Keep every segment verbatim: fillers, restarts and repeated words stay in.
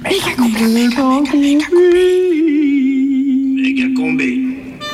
Mégacombie, Mégacombie, Mégacombie.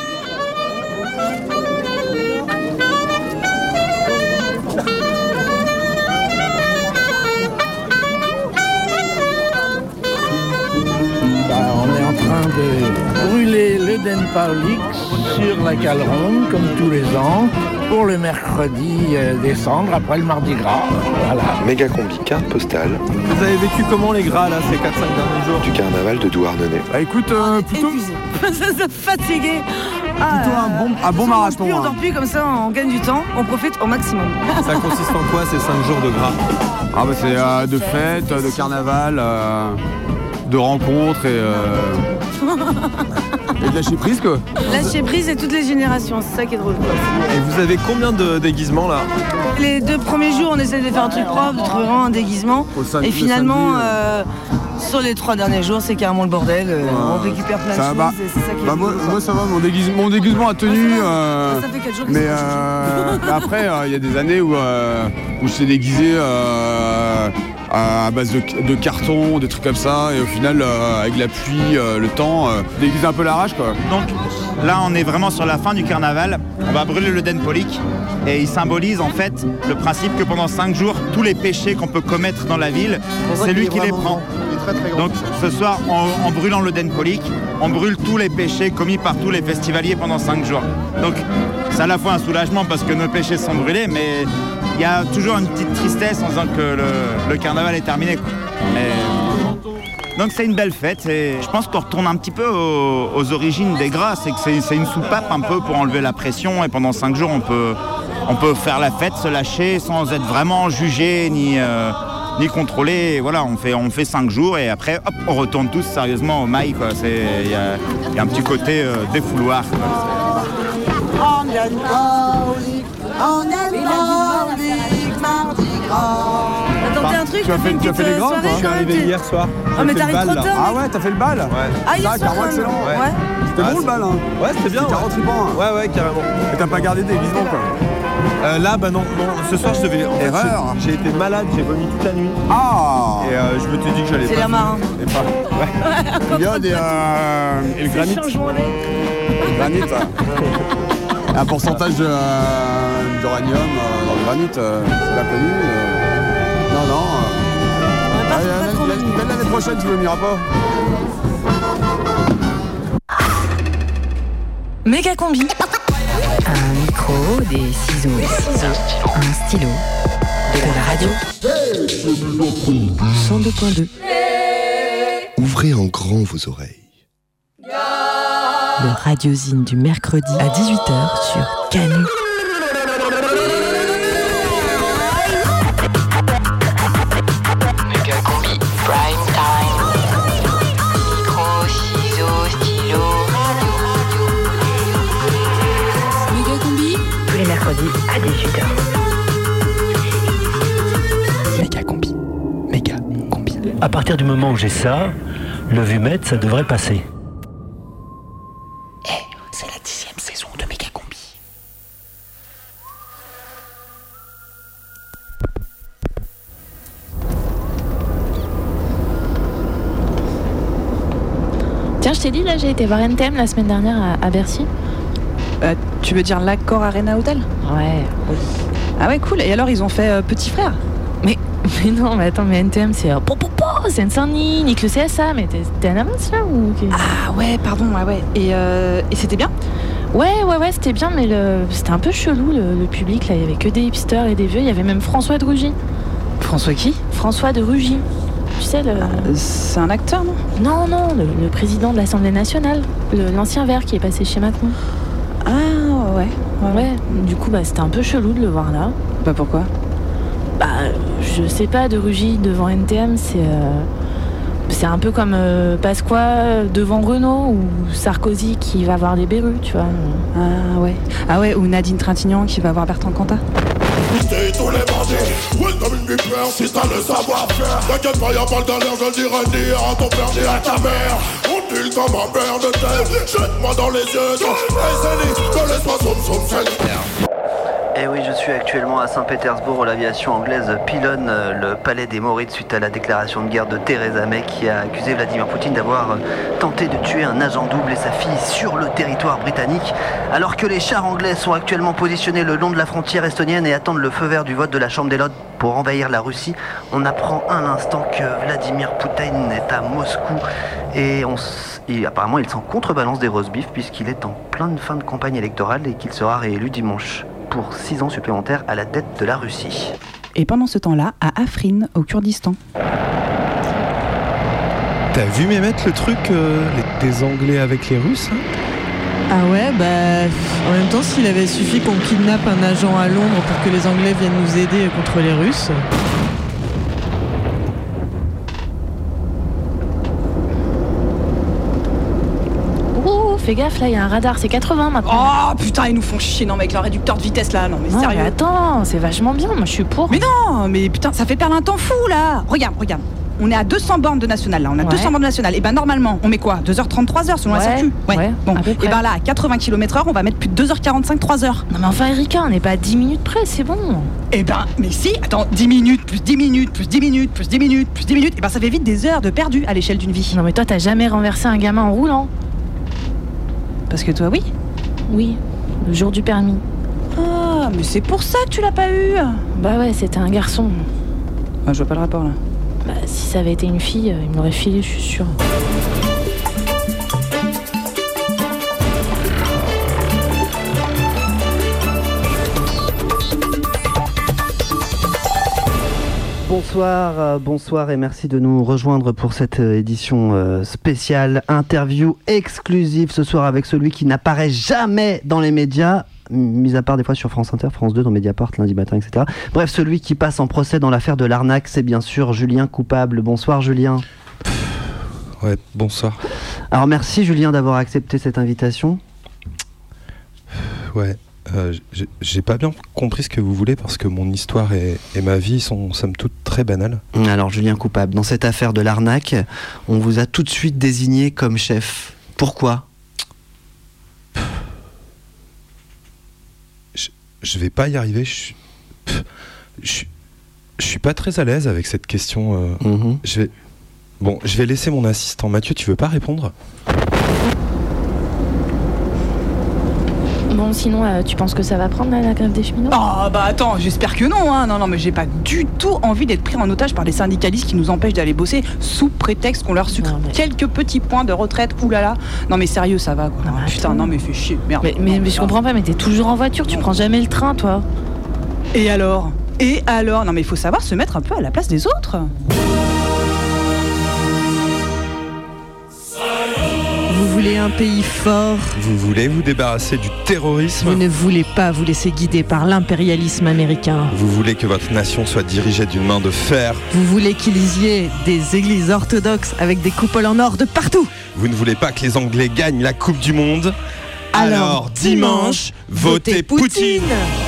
De brûler le Denpaulik sur la cale ronde comme tous les ans pour le mercredi euh, décembre après le mardi gras. Voilà. Mégacombie carte postale. Vous avez vécu comment les gras là ces quatre cinq derniers jours? Du carnaval de Douarnenez. Bah écoute, euh, plutôt fatigué. Ah, plutôt un bon, un bon marathon. Plus on dort plus, comme ça on gagne du temps, on profite au maximum. Ça consiste en quoi ces cinq jours de gras? Ah bah c'est euh, de fêtes, de carnaval, euh, de rencontres et, euh, et de lâcher prise quoi. Lâcher prise et toutes les générations, c'est ça qui est drôle quoi. Et vous avez combien de déguisements là? Les deux premiers jours on essaie de faire un truc propre, de trouver vraiment un déguisement. Et finalement euh, sur les trois derniers jours c'est carrément le bordel, euh, ouais. On récupère plein ça de va. choses et c'est ça qui est bah, moi, moi ça va, mon déguisement, mon déguisement a tenu. Ah, ça, euh, ça fait quatre jours mais euh, après il euh, y a des années où, euh, où je suis déguisé euh, à base de, de carton, des trucs comme ça, et au final euh, avec la pluie, euh, le temps, euh, déguisé un peu la rage quoi. Donc là on est vraiment sur la fin du carnaval, on va brûler le Denpaulik et il symbolise en fait le principe que pendant cinq jours tous les péchés qu'on peut commettre dans la ville, c'est lui qui les prend. Très, très Donc ce soir en, en brûlant le Denpaulik, on brûle tous les péchés commis par tous les festivaliers pendant cinq jours. Donc c'est à la fois un soulagement parce que nos péchés sont brûlés, mais il y a toujours une petite tristesse en disant que le, le carnaval est terminé quoi. Mais, donc c'est une belle fête et je pense qu'on retourne un petit peu aux, aux origines des gras, c'est que c'est, c'est une soupape un peu pour enlever la pression et pendant cinq jours on peut, on peut faire la fête, se lâcher sans être vraiment jugé ni, euh, ni contrôlé. Et voilà, on fait, on fait cinq jours et après hop, on retourne tous sérieusement au mail quoi. Il y a, y a un petit côté euh, défouloir quoi. On Denpaulik, on Denpaulik, mardi gras. T'as tenté un truc, tu as fait, tu as fait les grands quoi. Je suis arrivé hier soir. Ah mais t'arrives trop tard. Ah ouais, t'as fait le bal? Ouais. Ah hier soir carrément excellent. Ouais. Ouais. C'était Ah, bon le bal hein? Ouais c'était bien. quarante tripants hein. Ouais ouais carrément. Et t'as pas gardé des déguisements quoi? Euh, là bah non, non, ce soir je devais. En fait, Erreur. j'ai, j'ai été malade, j'ai vomi toute la nuit. Ah. Et euh, je me suis dit que j'allais C'est pas. l'air marin. Et pas. Ouais. L'iode et, euh, et le granit. Le granit. hein. Un pourcentage de, euh, d'uranium euh, dans le granit, euh, c'est pas connu. Euh, non, non. Euh, Pas, allez, pas l'année, trop l'année, mal. l'année prochaine, tu vomiras pas. Mégacombie. Un micro, des ciseaux, des ciseaux, un stylo, de la radio. cent deux point deux. Ouvrez en grand vos oreilles. Le radiozine du mercredi à dix-huit heures sur Canu. Mégacombie, prime time. Micro, ciseaux, stylo, radio. Mégacombie. Tous les mercredis à dix-huit heures. Mégacombie. Mégacombie. À partir du moment où j'ai ça, le vumètre, ça devrait passer. C'est la dixième saison de Mégacombie. Tiens, je t'ai dit, là, j'ai été voir N T M la semaine dernière à, à Bercy. Euh, tu veux dire l'Accor Arena Hotel? Ouais. Oui. Ah ouais, cool. Et alors, ils ont fait euh, Petit Frère? Mais, mais non, mais attends, mais N T M, c'est... Euh, po, po, po, c'est Seine-Saint-Denis, nique le C S A, mais t'es, t'es un avance, là, ou... Ah ouais, pardon, ouais, ouais. Et, euh, et c'était bien? Ouais, ouais, ouais, c'était bien, mais le... c'était un peu chelou, le, le public, là. Il y avait que des hipsters et des vieux. Il y avait même François de Rugy. François qui? François de Rugy. Tu sais, le... Ah, c'est un acteur, non? Non, non, le, le président de l'Assemblée nationale. Le, l'ancien vert qui est passé chez Macron. Ah ouais. Ouais, ouais. Du coup, bah, c'était un peu chelou de le voir là. Bah pourquoi? Bah, je sais pas, de Rugy devant N T M, c'est... Euh... C'est un peu comme euh, Pasqua devant Renault ou Sarkozy qui va voir des Berus, tu vois. Ah ouais. Ah ouais, ou Nadine Trintignant qui va voir Bertrand Cantat. C'est tous les bandits, ouais comme une vipère, si t'as le savoir-faire. T'inquiète pas, y'a pas le galère, je le dirai ni à ton père ni à ta mère. On tue comme un père de terre, jette-moi dans les yeux, ton Zénith, te laisse-moi soum soum, Et oui, je suis actuellement à Saint-Pétersbourg où l'aviation anglaise pilonne le palais des Mourides suite à la déclaration de guerre de Theresa May qui a accusé Vladimir Poutine d'avoir tenté de tuer un agent double et sa fille sur le territoire britannique. Alors que les chars anglais sont actuellement positionnés le long de la frontière estonienne et attendent le feu vert du vote de la Chambre des Lords pour envahir la Russie, on apprend à l'instant que Vladimir Poutine est à Moscou et, on s... et apparemment il s'en contrebalance des roast beef puisqu'il est en pleine fin de campagne électorale et qu'il sera réélu dimanche pour six ans supplémentaires à la tête de la Russie. Et pendant ce temps-là, à Afrin, au Kurdistan. T'as vu Mehmet le truc euh, les, des Anglais avec les Russes hein Ah ouais, bah en même temps s'il avait suffi qu'on kidnappe un agent à Londres pour que les Anglais viennent nous aider contre les Russes. Fais gaffe, là, il y a un radar, c'est quatre-vingts maintenant. Oh putain, ils nous font chier, non, mais avec leur réducteur de vitesse là, non, mais non, sérieux. Mais attends, c'est vachement bien, moi je suis pour. Mais non, mais putain, ça fait perdre un temps fou là. Regarde, regarde. On est à deux cents bornes de national là, on a ouais. deux cents bornes de national. Et ben normalement, on met quoi deux heures trente, trois heures selon ouais, la circuit. Ouais, ouais, bon. Et ben là, à quatre-vingts kilomètres heure, on va mettre plus de deux heures quarante-cinq, trois heures. Non mais enfin Erika, on n'est pas à dix minutes près, c'est bon. Et ben, mais si, attends, dix minutes, plus dix minutes, plus dix minutes, plus dix minutes, plus dix minutes, et ben ça fait vite des heures de perdu à l'échelle d'une vie. Non mais toi, t'as jamais renversé un gamin en roulant. Parce que toi, oui. Oui, le jour du permis. Ah, mais c'est pour ça que tu l'as pas eu. Bah ouais, c'était un garçon. Ah, je vois pas le rapport là. Bah si ça avait été une fille, il me l'aurait filé, je suis sûre. Bonsoir, euh, bonsoir et merci de nous rejoindre pour cette euh, édition euh, spéciale, interview exclusive ce soir avec celui qui n'apparaît jamais dans les médias, mis à part des fois sur France Inter, France deux, dans Mediapart, lundi matin, et cetera. Bref, celui qui passe en procès dans l'affaire de l'arnaque, c'est bien sûr Julien Coupable. Bonsoir Julien. Ouais, bonsoir. Alors merci Julien d'avoir accepté cette invitation. Ouais. Euh, j'ai pas bien compris ce que vous voulez parce que mon histoire et, et ma vie sont somme toute très banales. Alors Julien Coupable, dans cette affaire de l'arnaque, on vous a tout de suite désigné comme chef. Pourquoi ? je, je vais pas y arriver. Je, je, je suis pas très à l'aise avec cette question. Euh, mm-hmm. Je vais, bon, je vais laisser mon assistant Mathieu. Tu veux pas répondre ? Bon, sinon, euh, tu penses que ça va prendre là, la grève des cheminots ? Oh bah attends, j'espère que non, hein. Non, non, mais j'ai pas du tout envie d'être pris en otage par les syndicalistes qui nous empêchent d'aller bosser sous prétexte qu'on leur sucre non, mais... quelques petits points de retraite. Oulala. Non mais sérieux, ça va quoi. Non, oh, putain, non mais fais chier, merde. Mais, mais, mais je comprends pas, mais t'es toujours en voiture, tu prends jamais le train, toi. Et alors ? Et alors ? Non mais il faut savoir se mettre un peu à la place des autres. Vous voulez un pays fort. Vous voulez vous débarrasser du terrorisme. Vous ne voulez pas vous laisser guider par l'impérialisme américain. Vous voulez que votre nation soit dirigée d'une main de fer. Vous voulez qu'il y ait des églises orthodoxes avec des coupoles en or de partout. Vous ne voulez pas que les Anglais gagnent la Coupe du Monde. Alors, Alors dimanche, votez Poutine, Poutine.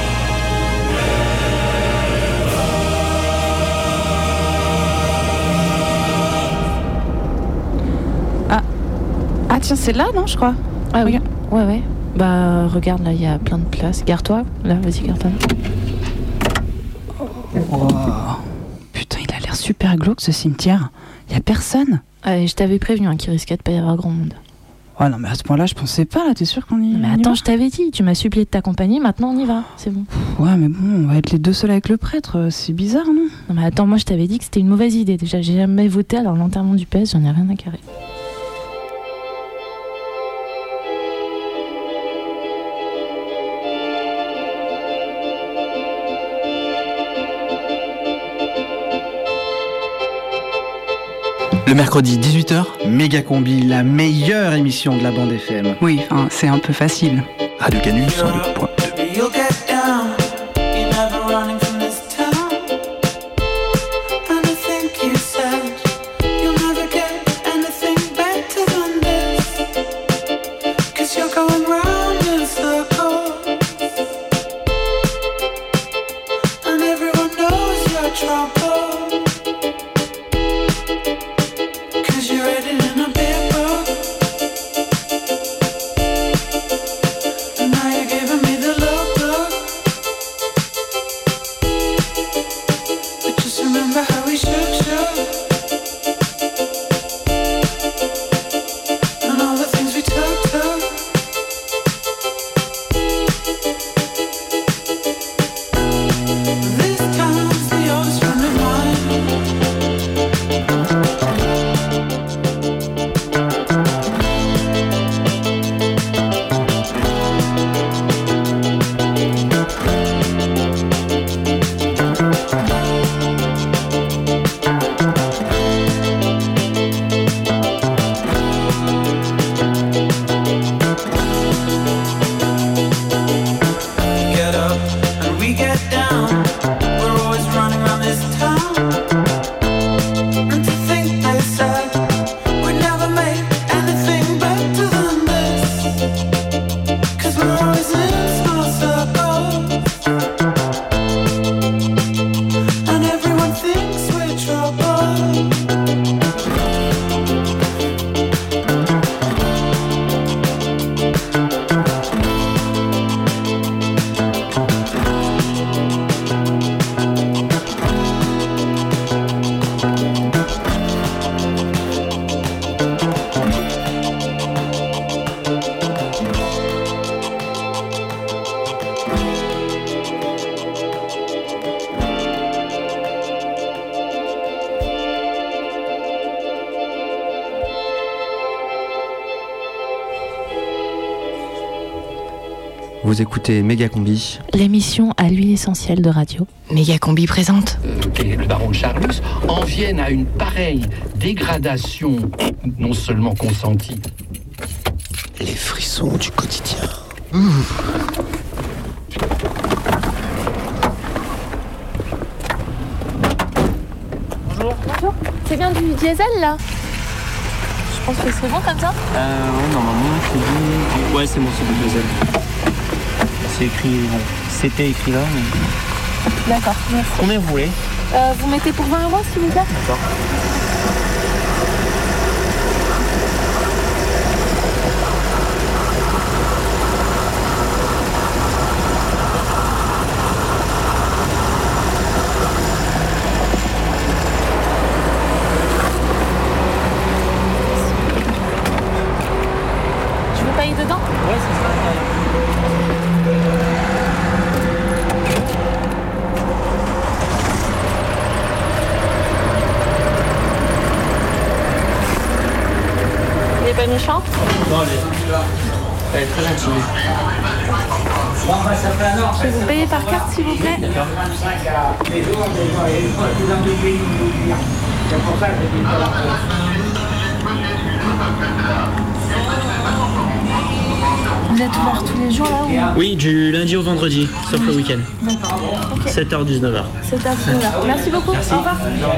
Ah tiens, c'est là, non, je crois. Ah oui, ouais, ouais. Bah, regarde, là, il y a plein de places. Gare-toi, là, vas-y, gare-toi. Oh. Putain, il a l'air super glauque, ce cimetière. Il y a personne. Ah, je t'avais prévenu hein, qu'il risquait de pas y avoir grand monde. Ouais, non, mais à ce point-là, je pensais pas, là, t'es sûr qu'on y, mais on y attends, va ? Je t'avais dit, tu m'as supplié de t'accompagner, maintenant on y va, c'est bon. Ouais, mais bon, on va être les deux seuls avec le prêtre, c'est bizarre, non ? Non, mais attends, moi, je t'avais dit que c'était une mauvaise idée. Déjà, j'ai jamais voté, alors l'enterrement du P S, j'en ai rien à carrer. Le mercredi dix-huit heures, Méga Combi, la meilleure émission de la bande F M. Oui, enfin, c'est un peu facile. Radio Canu cent deux point deux. Now you're giving me the love. Vous écoutez Mégacombi. L'émission à l'huile essentielle de radio. Mégacombi présente. Et le baron de Charlus en viennent à une pareille dégradation, non seulement consentie. Les frissons du quotidien. Mmh. Bonjour. Bonjour. C'est bien du diesel là? Je pense que c'est bon comme ça? Euh, ouais, normalement, c'est du... Ouais, c'est bon, c'est du diesel. C'est écrit... Bon, c'était écrit là, mais... D'accord, merci. Combien vous voulez? euh, Vous mettez pour vingt euros, s'il vous plaît? D'accord. Dedans? Ouais, c'est ça. Il est pas méchant? Non, elle est, elle est très gentille. Je vais vous payer par carte, s'il vous plaît. D'accord. Vous êtes ouvert tous les jours là ou... Oui, du lundi au vendredi, sauf le week-end. D'accord. Okay. sept heures dix-neuf heures. sept heures dix-neuf heures. Merci beaucoup. Merci. Au revoir.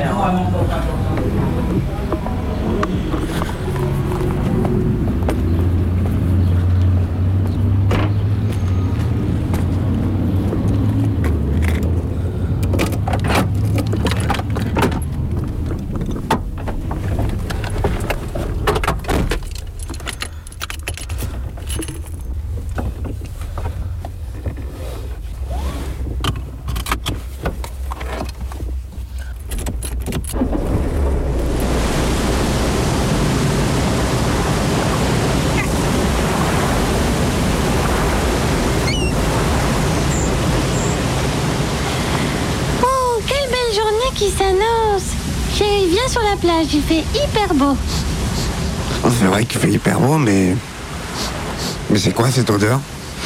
Qui s'annonce. Chérie, viens sur la plage, il fait hyper beau. C'est vrai qu'il fait hyper beau, mais... Mais c'est quoi cette odeur?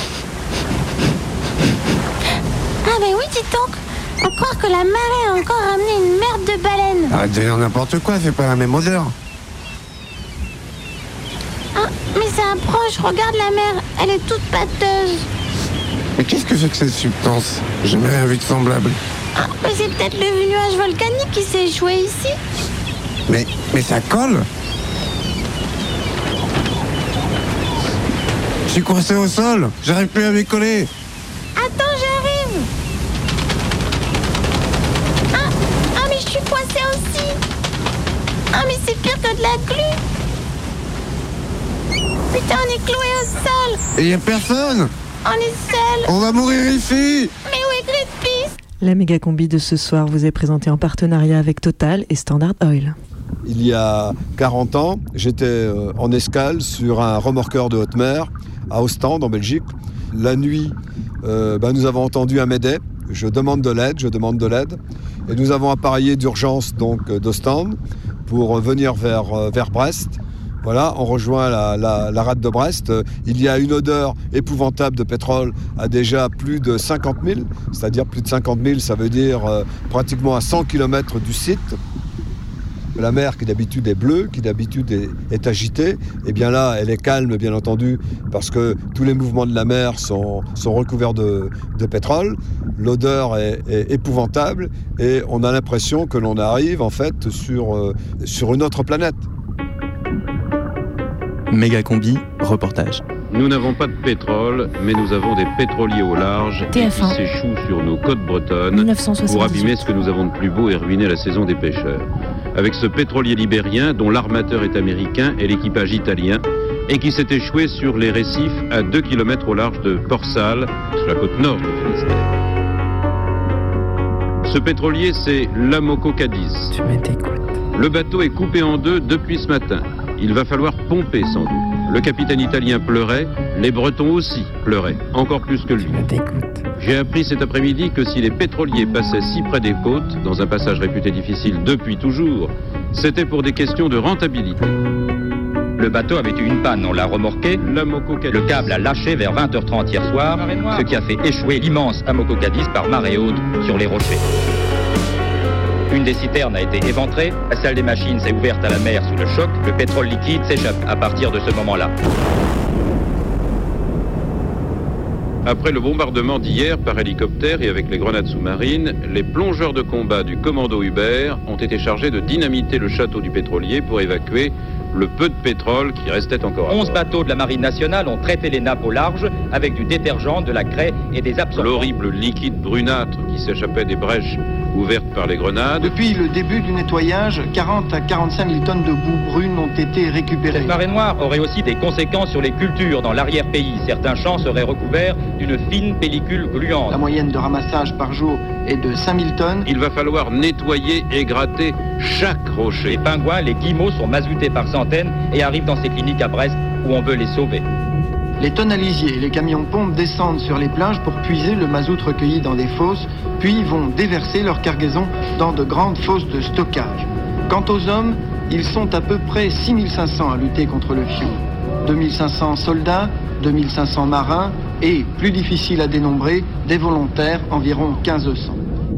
Ah ben oui, dis donc. On croit que la marée a encore ramené une merde de baleine. Arrête de dire n'importe quoi, c'est pas la même odeur. Ah, mais c'est un proche, regarde la mer, elle est toute pâteuse. Mais qu'est-ce que c'est que cette substance? J'ai jamais rien vu de semblable. Ah, mais c'est peut-être le nuage volcanique qui s'est échoué ici. Mais, mais ça colle. Je suis coincé au sol, j'arrive plus à m'y coller. Attends, j'arrive. Ah, ah, mais je suis coincé aussi. Ah, mais c'est pire que de la glu. Putain, on est cloué au sol. Et y a personne. On est seul. On va mourir ici. Mais où est Greenpeace? La méga combi de ce soir vous est présentée en partenariat avec Total et Standard Oil. Il y a quarante ans, j'étais en escale sur un remorqueur de haute mer à Ostende, en Belgique. La nuit, euh, ben, nous avons entendu un mayday. Je demande de l'aide, je demande de l'aide. Et nous avons appareillé d'urgence donc d'Ostende pour venir vers, vers Brest. Voilà, on rejoint la, la, la rade de Brest. Il y a une odeur épouvantable de pétrole à déjà plus de cinquante mille, c'est-à-dire plus de cinquante mille, ça veut dire euh, pratiquement à cent kilomètres du site. La mer qui d'habitude est bleue, qui d'habitude est, est agitée, et bien là, elle est calme, bien entendu, parce que tous les mouvements de la mer sont, sont recouverts de, de pétrole. L'odeur est, est épouvantable, et on a l'impression que l'on arrive en fait sur, euh, sur une autre planète. Mégacombi, reportage. Nous n'avons pas de pétrole, mais nous avons des pétroliers au large T F un. qui s'échouent sur nos côtes bretonnes mille neuf cent soixante-dix-huit. pour abîmer ce que nous avons de plus beau et ruiner la saison des pêcheurs. Avec ce pétrolier libérien dont l'armateur est américain et l'équipage italien et qui s'est échoué sur les récifs à deux kilomètres au large de Port-Salle, sur la côte nord du Finistère. Ce pétrolier, c'est l'Amoco Cadiz. Tu m'écoutes. Le bateau est coupé en deux depuis ce matin. Il va falloir pomper sans doute. Le capitaine italien pleurait, les Bretons aussi pleuraient, encore plus que lui. J'ai appris cet après-midi que si les pétroliers passaient si près des côtes, dans un passage réputé difficile depuis toujours, c'était pour des questions de rentabilité. Le bateau avait eu une panne, on l'a remorqué. Le câble a lâché vers vingt heures trente hier soir, ce qui a fait échouer l'immense Amoco Cadiz par marée haute sur les rochers. Une des citernes a été éventrée, la salle des machines s'est ouverte à la mer sous le choc, le pétrole liquide s'échappe à partir de ce moment-là. Après le bombardement d'hier par hélicoptère et avec les grenades sous-marines, les plongeurs de combat du commando Hubert ont été chargés de dynamiter le château du pétrolier pour évacuer le peu de pétrole qui restait encore à bord. onze bateaux de la Marine nationale ont traité les nappes au large avec du détergent, de la craie et des absorbants. L'horrible liquide brunâtre qui s'échappait des brèches ouvertes par les grenades. Depuis le début du nettoyage, quarante à quarante-cinq mille tonnes de boue brune ont été récupérées. Cette marée noire aurait aussi des conséquences sur les cultures dans l'arrière-pays. Certains champs seraient recouverts d'une fine pellicule gluante. La moyenne de ramassage par jour est de cinq mille tonnes. Il va falloir nettoyer et gratter chaque rocher. Les pingouins, les guillemots sont mazoutés par centaines et arrivent dans ces cliniques à Brest où on veut les sauver. Les tonalisiers et les camions-pompes descendent sur les plages pour puiser le mazout recueilli dans des fosses, puis vont déverser leur cargaison dans de grandes fosses de stockage. Quant aux hommes, ils sont à peu près six mille cinq cents à lutter contre le fioul. deux mille cinq cents soldats, deux mille cinq cents marins et, plus difficile à dénombrer, des volontaires, environ quinze cents.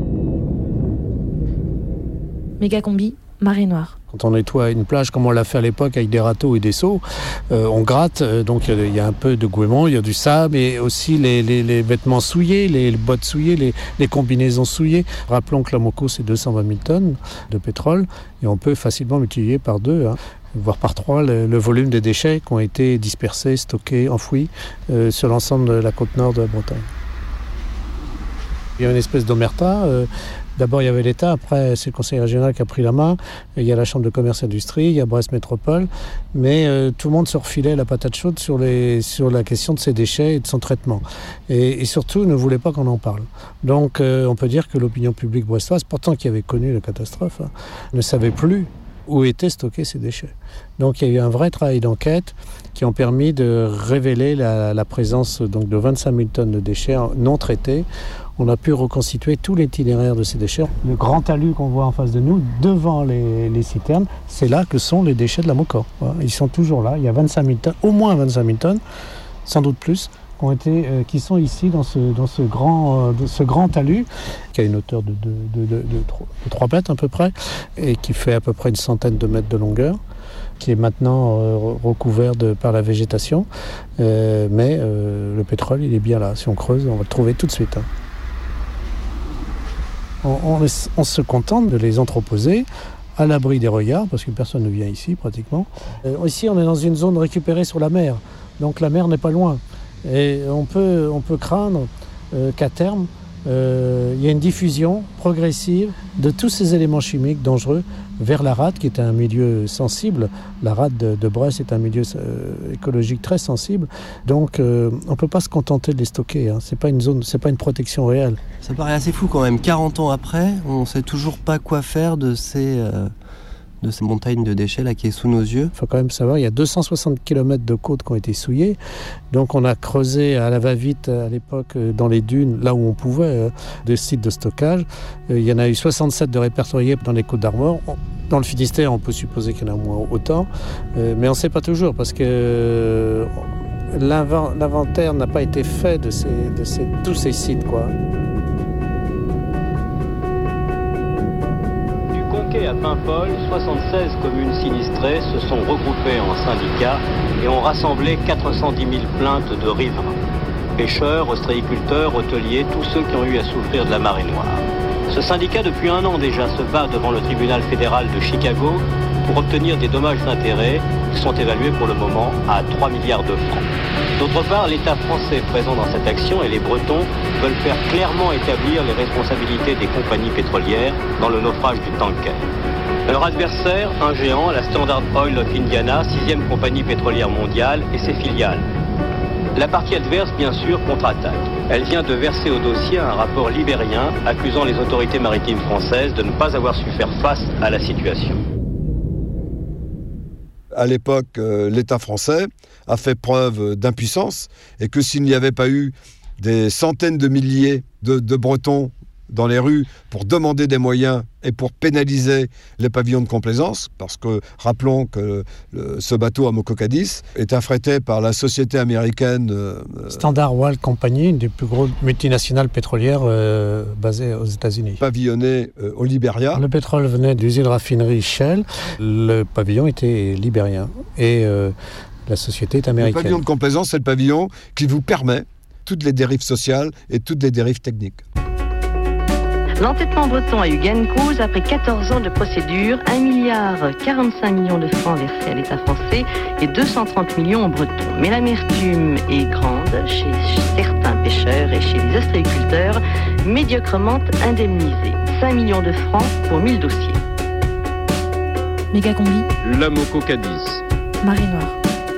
Mégacombi, marée noire. Quand on nettoie une plage comme on l'a fait à l'époque avec des râteaux et des seaux, euh, on gratte, euh, donc il y, y a un peu de gouément, il y a du sable et aussi les, les, les vêtements souillés, les, les bottes souillées, les, les combinaisons souillées. Rappelons que l'Amoco c'est deux cent vingt mille tonnes de pétrole et on peut facilement multiplier par deux, hein, voire par trois le, le volume des déchets qui ont été dispersés, stockés, enfouis euh, sur l'ensemble de la côte nord de la Bretagne. Il y a une espèce d'omerta. Euh, D'abord, il y avait l'État, après, c'est le Conseil régional qui a pris la main. Il y a la Chambre de commerce et industrie, il y a Brest Métropole. Mais euh, tout le monde se refilait la patate chaude sur, les, sur la question de ces déchets et de son traitement. Et, et surtout, ne voulait pas qu'on en parle. Donc, euh, on peut dire que l'opinion publique brestoise, pourtant qui avait connu la catastrophe, hein, ne savait plus où étaient stockés ces déchets. Donc, il y a eu un vrai travail d'enquête qui ont permis de révéler la, la présence donc, de vingt-cinq mille tonnes de déchets non traités. On a pu reconstituer tout l'itinéraire de ces déchets. Le grand talus qu'on voit en face de nous, devant les, les citernes, c'est là que sont les déchets de l'Amoco. Voilà, ils sont toujours là. Il y a vingt-cinq mille tonnes, au moins vingt-cinq mille tonnes, sans doute plus, qui, ont été, euh, qui sont ici dans ce, dans ce, grand, euh, de ce grand talus, qui a une hauteur de, de, de, de, de, de trois mètres à peu près, et qui fait à peu près une centaine de mètres de longueur, qui est maintenant euh, recouvert de, par la végétation. Euh, mais euh, le pétrole, il est bien là. Si on creuse, on va le trouver tout de suite. Hein. On, on, on se contente de les entreposer à l'abri des regards, parce que personne ne vient ici pratiquement. Euh, ici, on est dans une zone récupérée sur la mer, donc la mer n'est pas loin. Et on peut, on peut craindre euh, qu'à terme, euh, il y ait une diffusion progressive de tous ces éléments chimiques dangereux vers la rade, qui est un milieu sensible. La rade de, de Brest est un milieu euh, écologique très sensible. Donc, euh, on ne peut pas se contenter de les stocker. Hein. Ce n'est pas une zone, c'est pas une protection réelle. Ça paraît assez fou quand même. quarante ans après, on ne sait toujours pas quoi faire de ces, euh, de ces montagnes de déchets là, qui est sous nos yeux. Il faut quand même savoir, il y a deux cent soixante kilomètres de côtes qui ont été souillées. Donc, on a creusé à la va-vite à l'époque dans les dunes, là où on pouvait, euh, des sites de stockage. Euh, il y en a eu soixante-sept de répertoriés dans les Côtes d'Armor. Dans le Finistère, on peut supposer qu'il y en a moins autant, euh, mais on ne sait pas toujours parce que euh, l'invent, l'inventaire n'a pas été fait de, ces, de ces, tous ces sites, quoi. Du Conquet à Paimpol, soixante-seize communes sinistrées se sont regroupées en syndicats et ont rassemblé quatre cent dix mille plaintes de riverains. Pêcheurs, ostréiculteurs, hôteliers, tous ceux qui ont eu à souffrir de la marée noire. Ce syndicat, depuis un an déjà, se bat devant le tribunal fédéral de Chicago pour obtenir des dommages d'intérêt qui sont évalués pour le moment à trois milliards de francs. D'autre part, l'État français présent dans cette action et les Bretons veulent faire clairement établir les responsabilités des compagnies pétrolières dans le naufrage du tanker. Leur adversaire, un géant, la Standard Oil of Indiana, sixième compagnie pétrolière mondiale, et ses filiales. La partie adverse, bien sûr, contre-attaque. Elle vient de verser au dossier un rapport libérien accusant les autorités maritimes françaises de ne pas avoir su faire face à la situation. À l'époque, euh, l'État français a fait preuve d'impuissance et que s'il n'y avait pas eu des centaines de milliers de, de Bretons dans les rues pour demander des moyens et pour pénaliser les pavillons de complaisance, parce que rappelons que le, ce bateau Amoco Cadiz est affrété par la société américaine euh, Standard Oil Company, une des plus grosses multinationales pétrolières euh, basées aux États-Unis. Pavillonné euh, au Libéria. Le pétrole venait d'usine raffinerie Shell, le pavillon était libérien et euh, la société est américaine. Le pavillon de complaisance, c'est le pavillon qui vous permet toutes les dérives sociales et toutes les dérives techniques. L'entêtement breton a eu gain de cause après quatorze ans de procédure, un milliard quarante-cinq millions de francs versés à l'État français et deux cent trente millions aux Bretons. Mais l'amertume est grande chez certains pêcheurs et chez les ostréiculteurs, médiocrement indemnisés. cinq millions de francs pour mille dossiers. Méga combi. L'Amoco Cadiz. Marée Noire.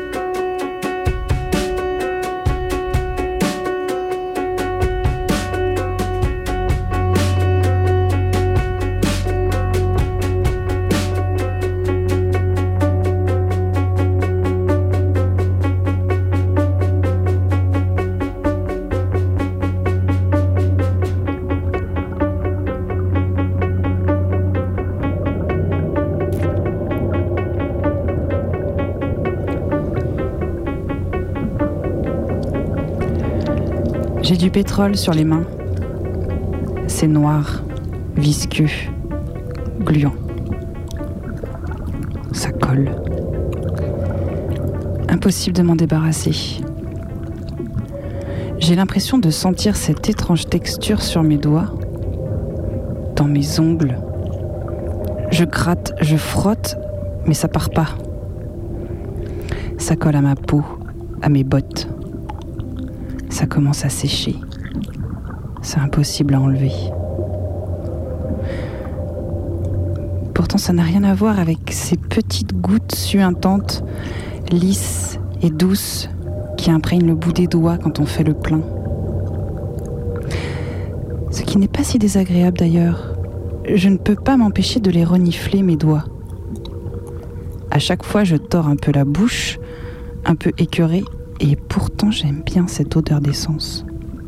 J'ai du pétrole sur les mains. C'est noir, visqueux, gluant. Ça colle. Impossible de m'en débarrasser. J'ai l'impression de sentir cette étrange texture sur mes doigts, dans mes ongles. Je gratte, je frotte, mais ça part pas. Ça colle à ma peau, à mes bottes. Ça commence à sécher. C'est impossible à enlever. Pourtant, ça n'a rien à voir avec ces petites gouttes suintantes, lisses et douces qui imprègnent le bout des doigts quand on fait le plein. Ce qui n'est pas si désagréable d'ailleurs. Je ne peux pas m'empêcher de les renifler, mes doigts. À chaque fois, je tords un peu la bouche, un peu écœurée, et pourtant j'aime bien cette odeur d'essence.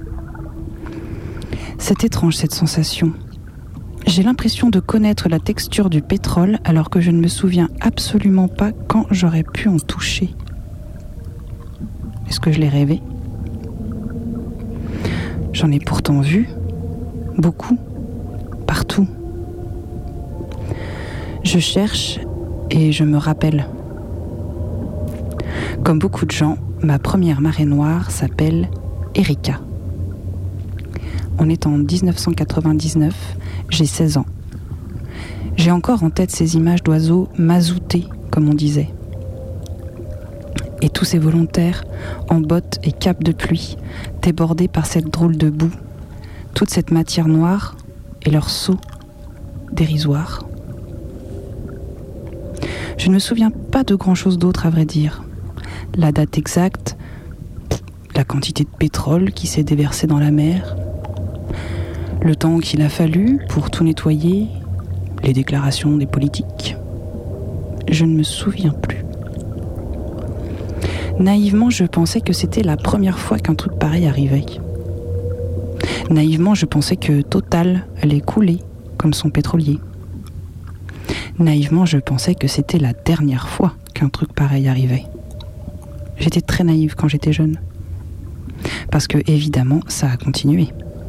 C'est étrange cette sensation. J'ai l'impression de connaître la texture du pétrole alors que je ne me souviens absolument pas quand j'aurais pu en toucher. Est-ce que je l'ai rêvé ? J'en ai pourtant vu, beaucoup, partout. Je cherche et je me rappelle. Comme beaucoup de gens, ma première marée noire s'appelle Erika. On est en dix-neuf cent quatre-vingt-dix-neuf, j'ai seize ans. J'ai encore en tête ces images d'oiseaux mazoutés, comme on disait. Et tous ces volontaires, en bottes et capes de pluie, débordés par cette drôle de boue, toute cette matière noire et leurs sauts dérisoires. Je ne me souviens pas de grand-chose d'autre, à vrai dire. La date exacte, la quantité de pétrole qui s'est déversée dans la mer, le temps qu'il a fallu pour tout nettoyer, les déclarations des politiques. Je ne me souviens plus. Naïvement, je pensais que c'était la première fois qu'un truc pareil arrivait. Naïvement, je pensais que Total allait couler comme son pétrolier. Naïvement, je pensais que c'était la dernière fois qu'un truc pareil arrivait. J'étais très naïve quand j'étais jeune. Parce que, évidemment, ça a continué.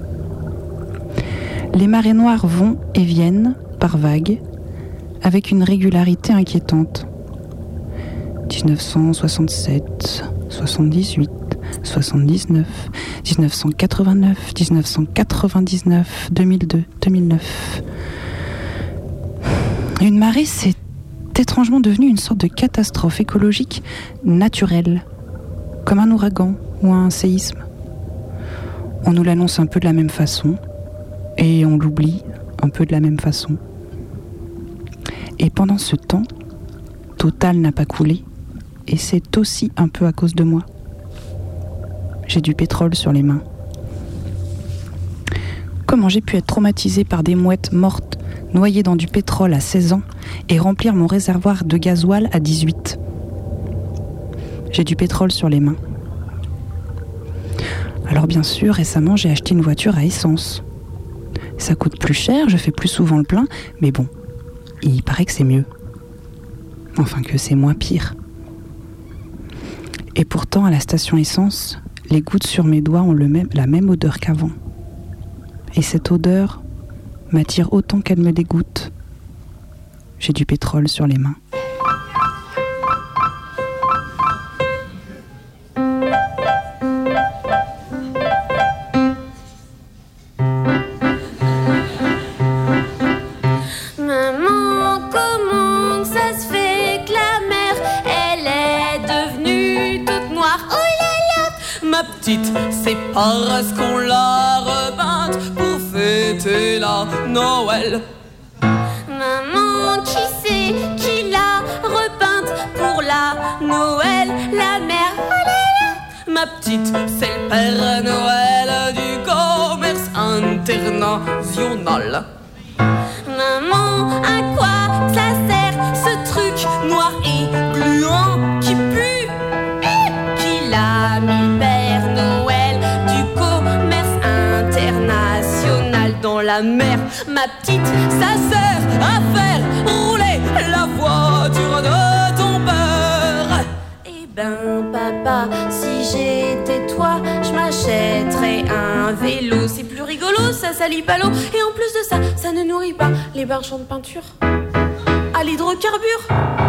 Les marées noires vont et viennent, par vagues, avec une régularité inquiétante. dix-neuf cent soixante-sept, soixante-dix-huit, soixante-dix-neuf, dix-neuf cent quatre-vingt-neuf, dix-neuf cent quatre-vingt-dix-neuf, deux mille deux, deux mille neuf. Une marée, c'est étrangement devenue une sorte de catastrophe écologique naturelle, comme un ouragan ou un séisme. On nous l'annonce un peu de la même façon, et on l'oublie un peu de la même façon. Et pendant ce temps, Total n'a pas coulé, et c'est aussi un peu à cause de moi. J'ai du pétrole sur les mains. Comment j'ai pu être traumatisée par des mouettes mortes, noyées dans du pétrole à seize ans, et remplir mon réservoir de gasoil à dix-huit. J'ai du pétrole sur les mains. Alors bien sûr, récemment, j'ai acheté une voiture à essence. Ça coûte plus cher, je fais plus souvent le plein, mais bon, il paraît que c'est mieux. Enfin que c'est moins pire. Et pourtant, à la station essence, les gouttes sur mes doigts ont le même, la même odeur qu'avant. Et cette odeur m'attire autant qu'elle me dégoûte. J'ai du pétrole sur les mains. C'est parce qu'on l'a repeinte pour fêter la Noël. Maman, qui c'est qui l'a repeinte pour la Noël? La mère, oh là là. Ma petite, c'est le Père Noël du commerce international. Maman, à quoi ça sert ce truc noir et gluant qui pue? Qui l'a mis Père Noël du commerce international dans la mer? Ma petite, ça sert à faire rouler la voiture de ton père. Eh ben papa, si j'étais toi, je m'achèterais un vélo. C'est plus rigolo, ça salit pas l'eau. Et en plus de ça, ça ne nourrit pas les marchands de peinture à l'hydrocarbure.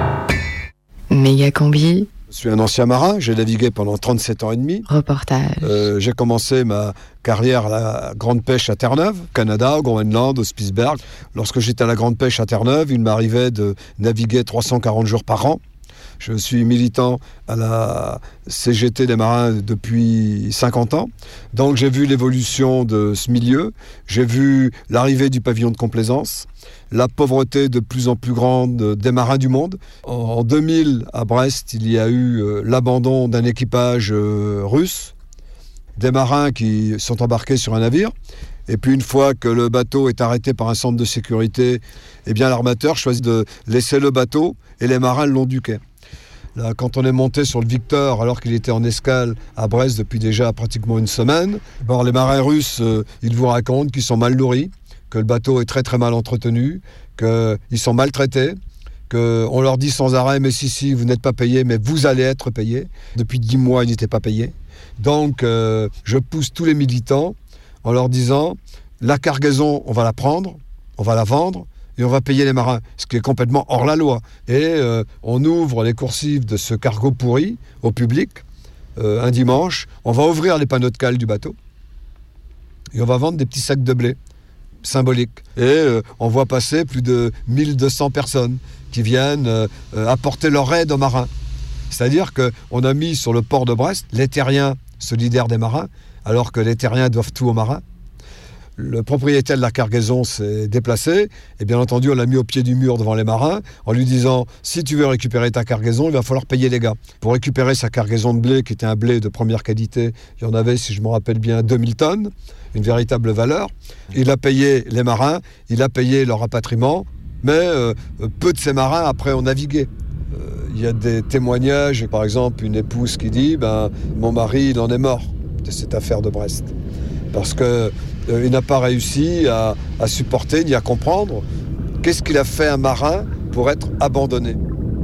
Méga combi. Je suis un ancien marin, j'ai navigué pendant trente-sept ans et demi. Reportage. Euh, j'ai commencé ma carrière à la grande pêche à Terre-Neuve, Canada, au Groenland, au Spitzberg. Lorsque j'étais à la grande pêche à Terre-Neuve, il m'arrivait de naviguer trois cent quarante jours par an. Je suis militant à la C G T des marins depuis cinquante ans. Donc j'ai vu l'évolution de ce milieu. J'ai vu l'arrivée du pavillon de complaisance, la pauvreté de plus en plus grande des marins du monde. En deux mille, à Brest, il y a eu euh, l'abandon d'un équipage euh, russe, des marins qui sont embarqués sur un navire. Et puis une fois que le bateau est arrêté par un centre de sécurité, eh bien l'armateur choisit de laisser le bateau et les marins le long du quai. Là, quand on est monté sur le Victor, alors qu'il était en escale à Brest depuis déjà pratiquement une semaine, bon, les marins russes, euh, ils vous racontent qu'ils sont mal nourris, que le bateau est très très mal entretenu, qu'ils sont maltraités, qu'on leur dit sans arrêt « mais si, si, vous n'êtes pas payés, mais vous allez être payés ». Depuis dix mois, ils n'étaient pas payés. Donc, euh, je pousse tous les militants en leur disant « la cargaison, on va la prendre, on va la vendre ». Et on va payer les marins, ce qui est complètement hors la loi. Et euh, on ouvre les coursives de ce cargo pourri au public, euh, un dimanche. On va ouvrir les panneaux de cale du bateau et on va vendre des petits sacs de blé symboliques. Et euh, on voit passer plus de mille deux cents personnes qui viennent euh, euh, apporter leur aide aux marins. C'est-à-dire qu'on a mis sur le port de Brest les terriens solidaires des marins, alors que les terriens doivent tout aux marins. Le propriétaire de la cargaison s'est déplacé et bien entendu on l'a mis au pied du mur devant les marins en lui disant si tu veux récupérer ta cargaison il va falloir payer les gars. Pour récupérer sa cargaison de blé qui était un blé de première qualité, il y en avait si je me rappelle bien deux mille tonnes, une véritable valeur. Il a payé les marins, il a payé leur rapatriement, mais euh, peu de ces marins après ont navigué. Euh, il y a des témoignages, par exemple une épouse qui dit ben, mon mari il en est mort de cette affaire de Brest. Parce que Euh, il n'a pas réussi à, à supporter ni à comprendre qu'est-ce qu'il a fait un marin pour être abandonné.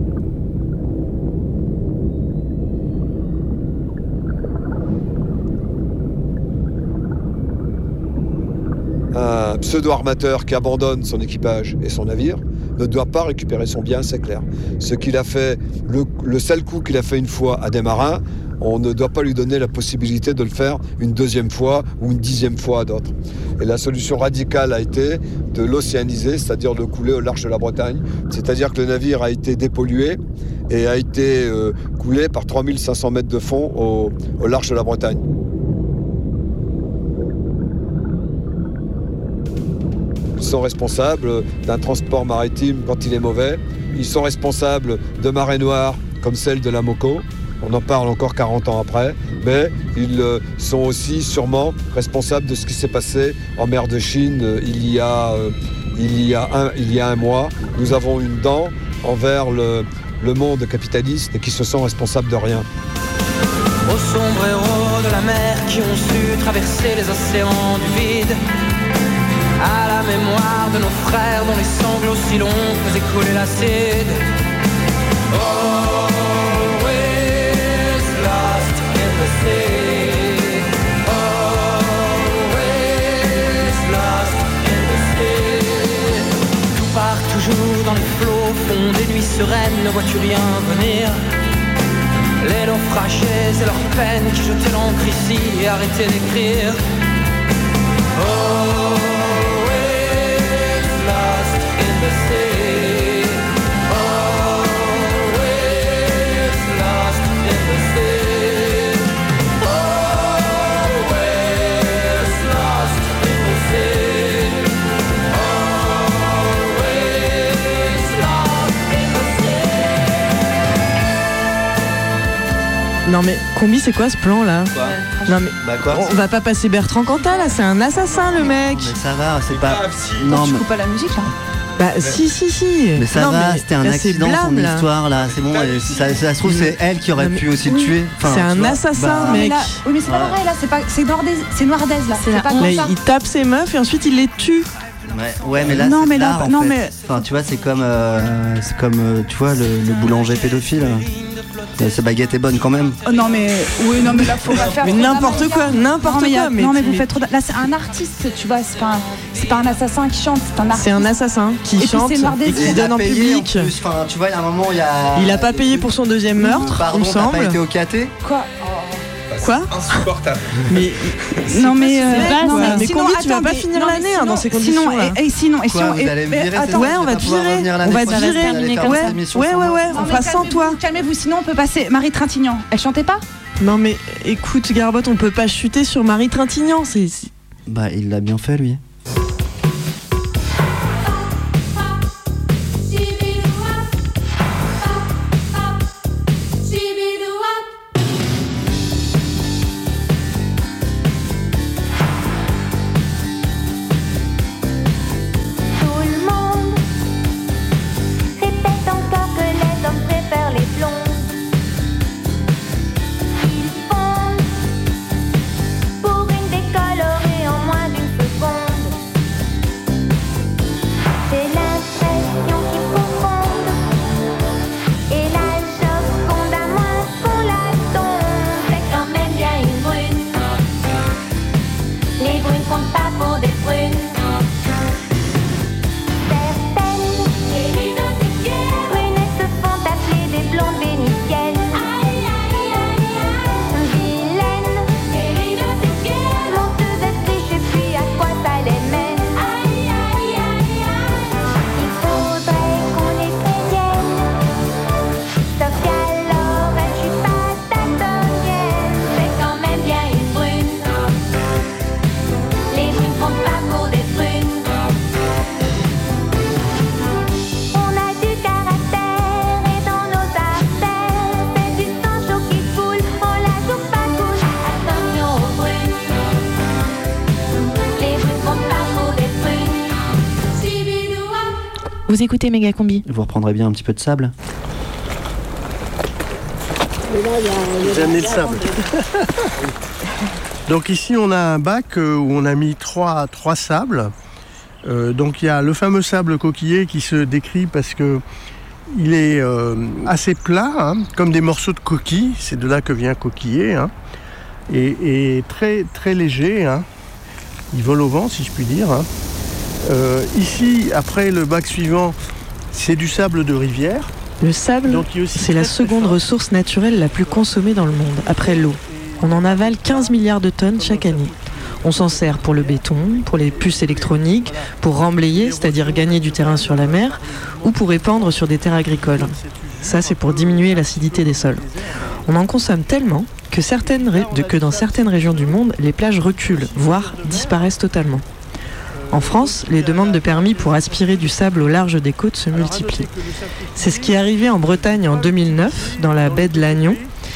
Un pseudo-armateur qui abandonne son équipage et son navire ne doit pas récupérer son bien, c'est clair. Ce qu'il a fait, le, le seul coup qu'il a fait une fois à des marins, on ne doit pas lui donner la possibilité de le faire une deuxième fois ou une dixième fois à d'autres. Et la solution radicale a été de l'océaniser, c'est-à-dire de le couler au large de la Bretagne. C'est-à-dire que le navire a été dépollué et a été euh, coulé par trois mille cinq cents mètres de fond au, au large de la Bretagne. Ils sont responsables d'un transport maritime quand il est mauvais. Ils sont responsables de marées noires comme celle de la Moco. On en parle encore quarante ans après, mais ils sont aussi sûrement responsables de ce qui s'est passé en mer de Chine il y a, il y a, un, il y a un mois. Nous avons une dent envers le, le monde capitaliste et qui se sont responsables de rien. Aux sombreros de la mer qui ont su traverser les océans du vide, à la mémoire de nos frères dont les sanglots si longs faisaient couler l'acide. Always lost in the sea. Always lost in the sea. Tout part toujours dans les flots, fond des nuits sereines, ne vois-tu rien venir? Les naufragés et leurs peines qui jetaient l'encre ici et arrêtaient d'écrire. Always lost in the sea. Always lost in the sea. Always lost in the sea. Always lost in the sea. Non mais Combi, c'est quoi ce plan là? Quoi? Non mais bah quoi, on va pas passer Bertrand Cantat là, c'est un assassin le mec. Mais ça va, c'est pas. Non, tu mais... coupes pas la musique là? Bah si si si. Mais ça non, va, mais c'était un là, accident blâme, son là. histoire là, c'est bon, et ça, ça se trouve c'est elle qui aurait Non, mais- pu aussi oui. le tuer. Enfin, C'est tu un vois, assassin, bah, mec. Mais là, oui, mais c'est pas Ouais. pareil là, c'est pas, c'est Noirdaise, c'est Noirdaise là, c'est pas Là, comme ça. il tape ses meufs et ensuite il les tue. Ouais, ouais, mais là Non, c'est mais de là, l'art, en non, fait. mais- Enfin, tu vois, c'est comme, euh, c'est comme, euh, tu vois, le, le boulanger pédophile. Euh, Sa baguette est bonne quand même. Oh, non mais oui, non mais là faut pas faire. Mais trop n'importe d'amalgame. quoi, n'importe Non, mais y a- quoi, mais non mais tu- vous faites trop. d'a- Là c'est un artiste, tu vois, c'est pas, un, c'est pas un assassin qui chante, c'est un artiste. C'est un assassin qui Et puis chante c'est Noirdaise. et qui Il se a donne en payé, public. en plus. Enfin, tu vois, il y a un moment, il y a. Il a pas payé pour son deuxième meurtre, Pardon, il me t'as semble. pas été au caté. Quoi? Quoi? Insupportable. Mais Non mais c'est euh, pas non, ça. Mais sinon, Combi, tu vas attendez, pas finir non, mais l'année, hein, sinon- dans ces conditions, Sinon, là. et, et sinon, et Quoi, sinon, vous et- allez me mais virer, attends, c'est ça, Ouais, vous on va allez te pas pouvoir virer. revenir On l'année va te prochaine, virer. vous allez faire Ouais, cette émission ouais, sans ouais, moi. ouais. Non, On mais fera sans calmez-vous, toi. Calmez-vous, sinon on peut passer Marie Trintignant. Elle chantait pas? Non mais écoute, Garbotte, on peut pas chuter sur Marie Trintignant. C'est c'est- Bah, il l'a bien fait lui. Tout le monde répète encore que les hommes préfèrent les blondes. Ils fondent pour une décolorée en moins d'une seconde. C'est l'impression qui profonde et la Joconde à moins qu'on la tombe. C'est quand même bien une brune. Les brunes comptent pas pour des brunes. Certaines brunettes se font appeler des blondes vénitiennes. Vilaines, monteuses friches et puis à quoi ça les mène. Il faudrait qu'on les prévienne, sauf qu'alors elles je suis pas tatonienne. C'est quand même bien une brune. Les brunes comptent pas pour des brunes. On a du caractère et dans nos artères, c'est du sang chaud qui coule, on la joue pas cool. Attention aux brunes, les brunes comptent pas pour des brunes. Vous écoutez Méga Combi. Vous reprendrez bien un petit peu de sable. J'ai amené le sable. Donc ici on a un bac euh, où on a mis trois, trois sables. Euh, donc il y a le fameux sable coquillé qui se décrit parce que il est euh, assez plat, hein, comme des morceaux de coquille. C'est de là que vient coquiller, hein, et, et très très léger. Hein. Il vole au vent, si je puis dire. Hein. Euh, ici, après le bac suivant, c'est du sable de rivière. Le sable, Donc, il est aussi c'est la très, très seconde fin. ressource naturelle la plus consommée dans le monde, après l'eau. On en avale quinze milliards de tonnes chaque année. On s'en sert pour le béton, pour les puces électroniques, pour remblayer, c'est-à-dire gagner du terrain sur la mer, ou pour épandre sur des terres agricoles. Ça, c'est pour diminuer l'acidité des sols. On en consomme tellement que, certaines ré- de- que dans certaines régions du monde, les plages reculent, voire disparaissent totalement. En France, les demandes de permis pour aspirer du sable au large des côtes se multiplient. C'est ce qui est arrivé en Bretagne en deux mille neuf, dans la baie de Lannion,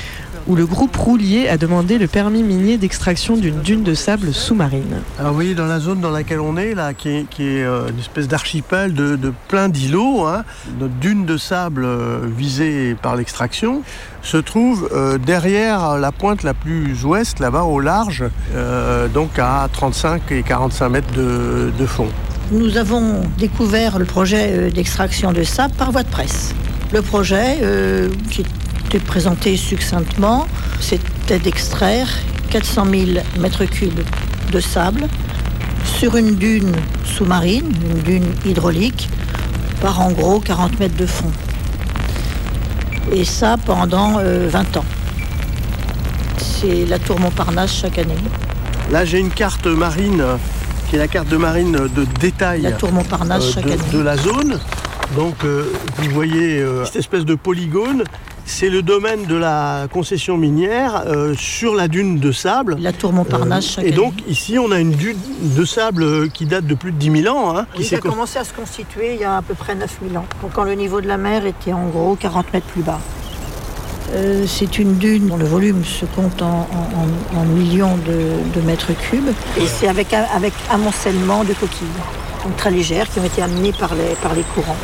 où le groupe Roulier a demandé le permis minier d'extraction d'une dune de sable sous-marine. Alors vous voyez, dans la zone dans laquelle on est, là, qui est, qui est euh, une espèce d'archipel de, de plein d'îlots, hein, notre dune de sable euh, visée par l'extraction se trouve euh, derrière la pointe la plus ouest, là-bas au large, euh, donc à trente-cinq et quarante-cinq mètres de, de fond. Nous avons découvert le projet d'extraction de sable par voie de presse. Le projet, euh, qui était présenté succinctement, c'était d'extraire quatre cent mille mètres cubes de sable sur une dune sous-marine, une dune hydraulique, par en gros quarante mètres de fond. Et ça pendant euh, vingt ans. C'est la tour Montparnasse chaque année. Là, j'ai une carte marine, qui est la carte de marine de détail la tour Montparnasse euh, chaque de, année. de la zone. Donc, euh, vous voyez euh, cette espèce de polygone. C'est le domaine de la concession minière euh, sur la dune de sable. La tour Montparnasse chaque euh, et année. donc, ici, on a une dune de sable qui date de plus de dix mille ans. Hein, Oui, qui ça a co- commencé à se constituer il y a à peu près neuf mille ans, quand le niveau de la mer était en gros quarante mètres plus bas. Euh, c'est une dune dont le volume se compte en, en- en millions de, de mètres cubes. Et c'est avec, avec amoncellement de coquilles, donc très légères, qui ont été amenées par les, par les courants.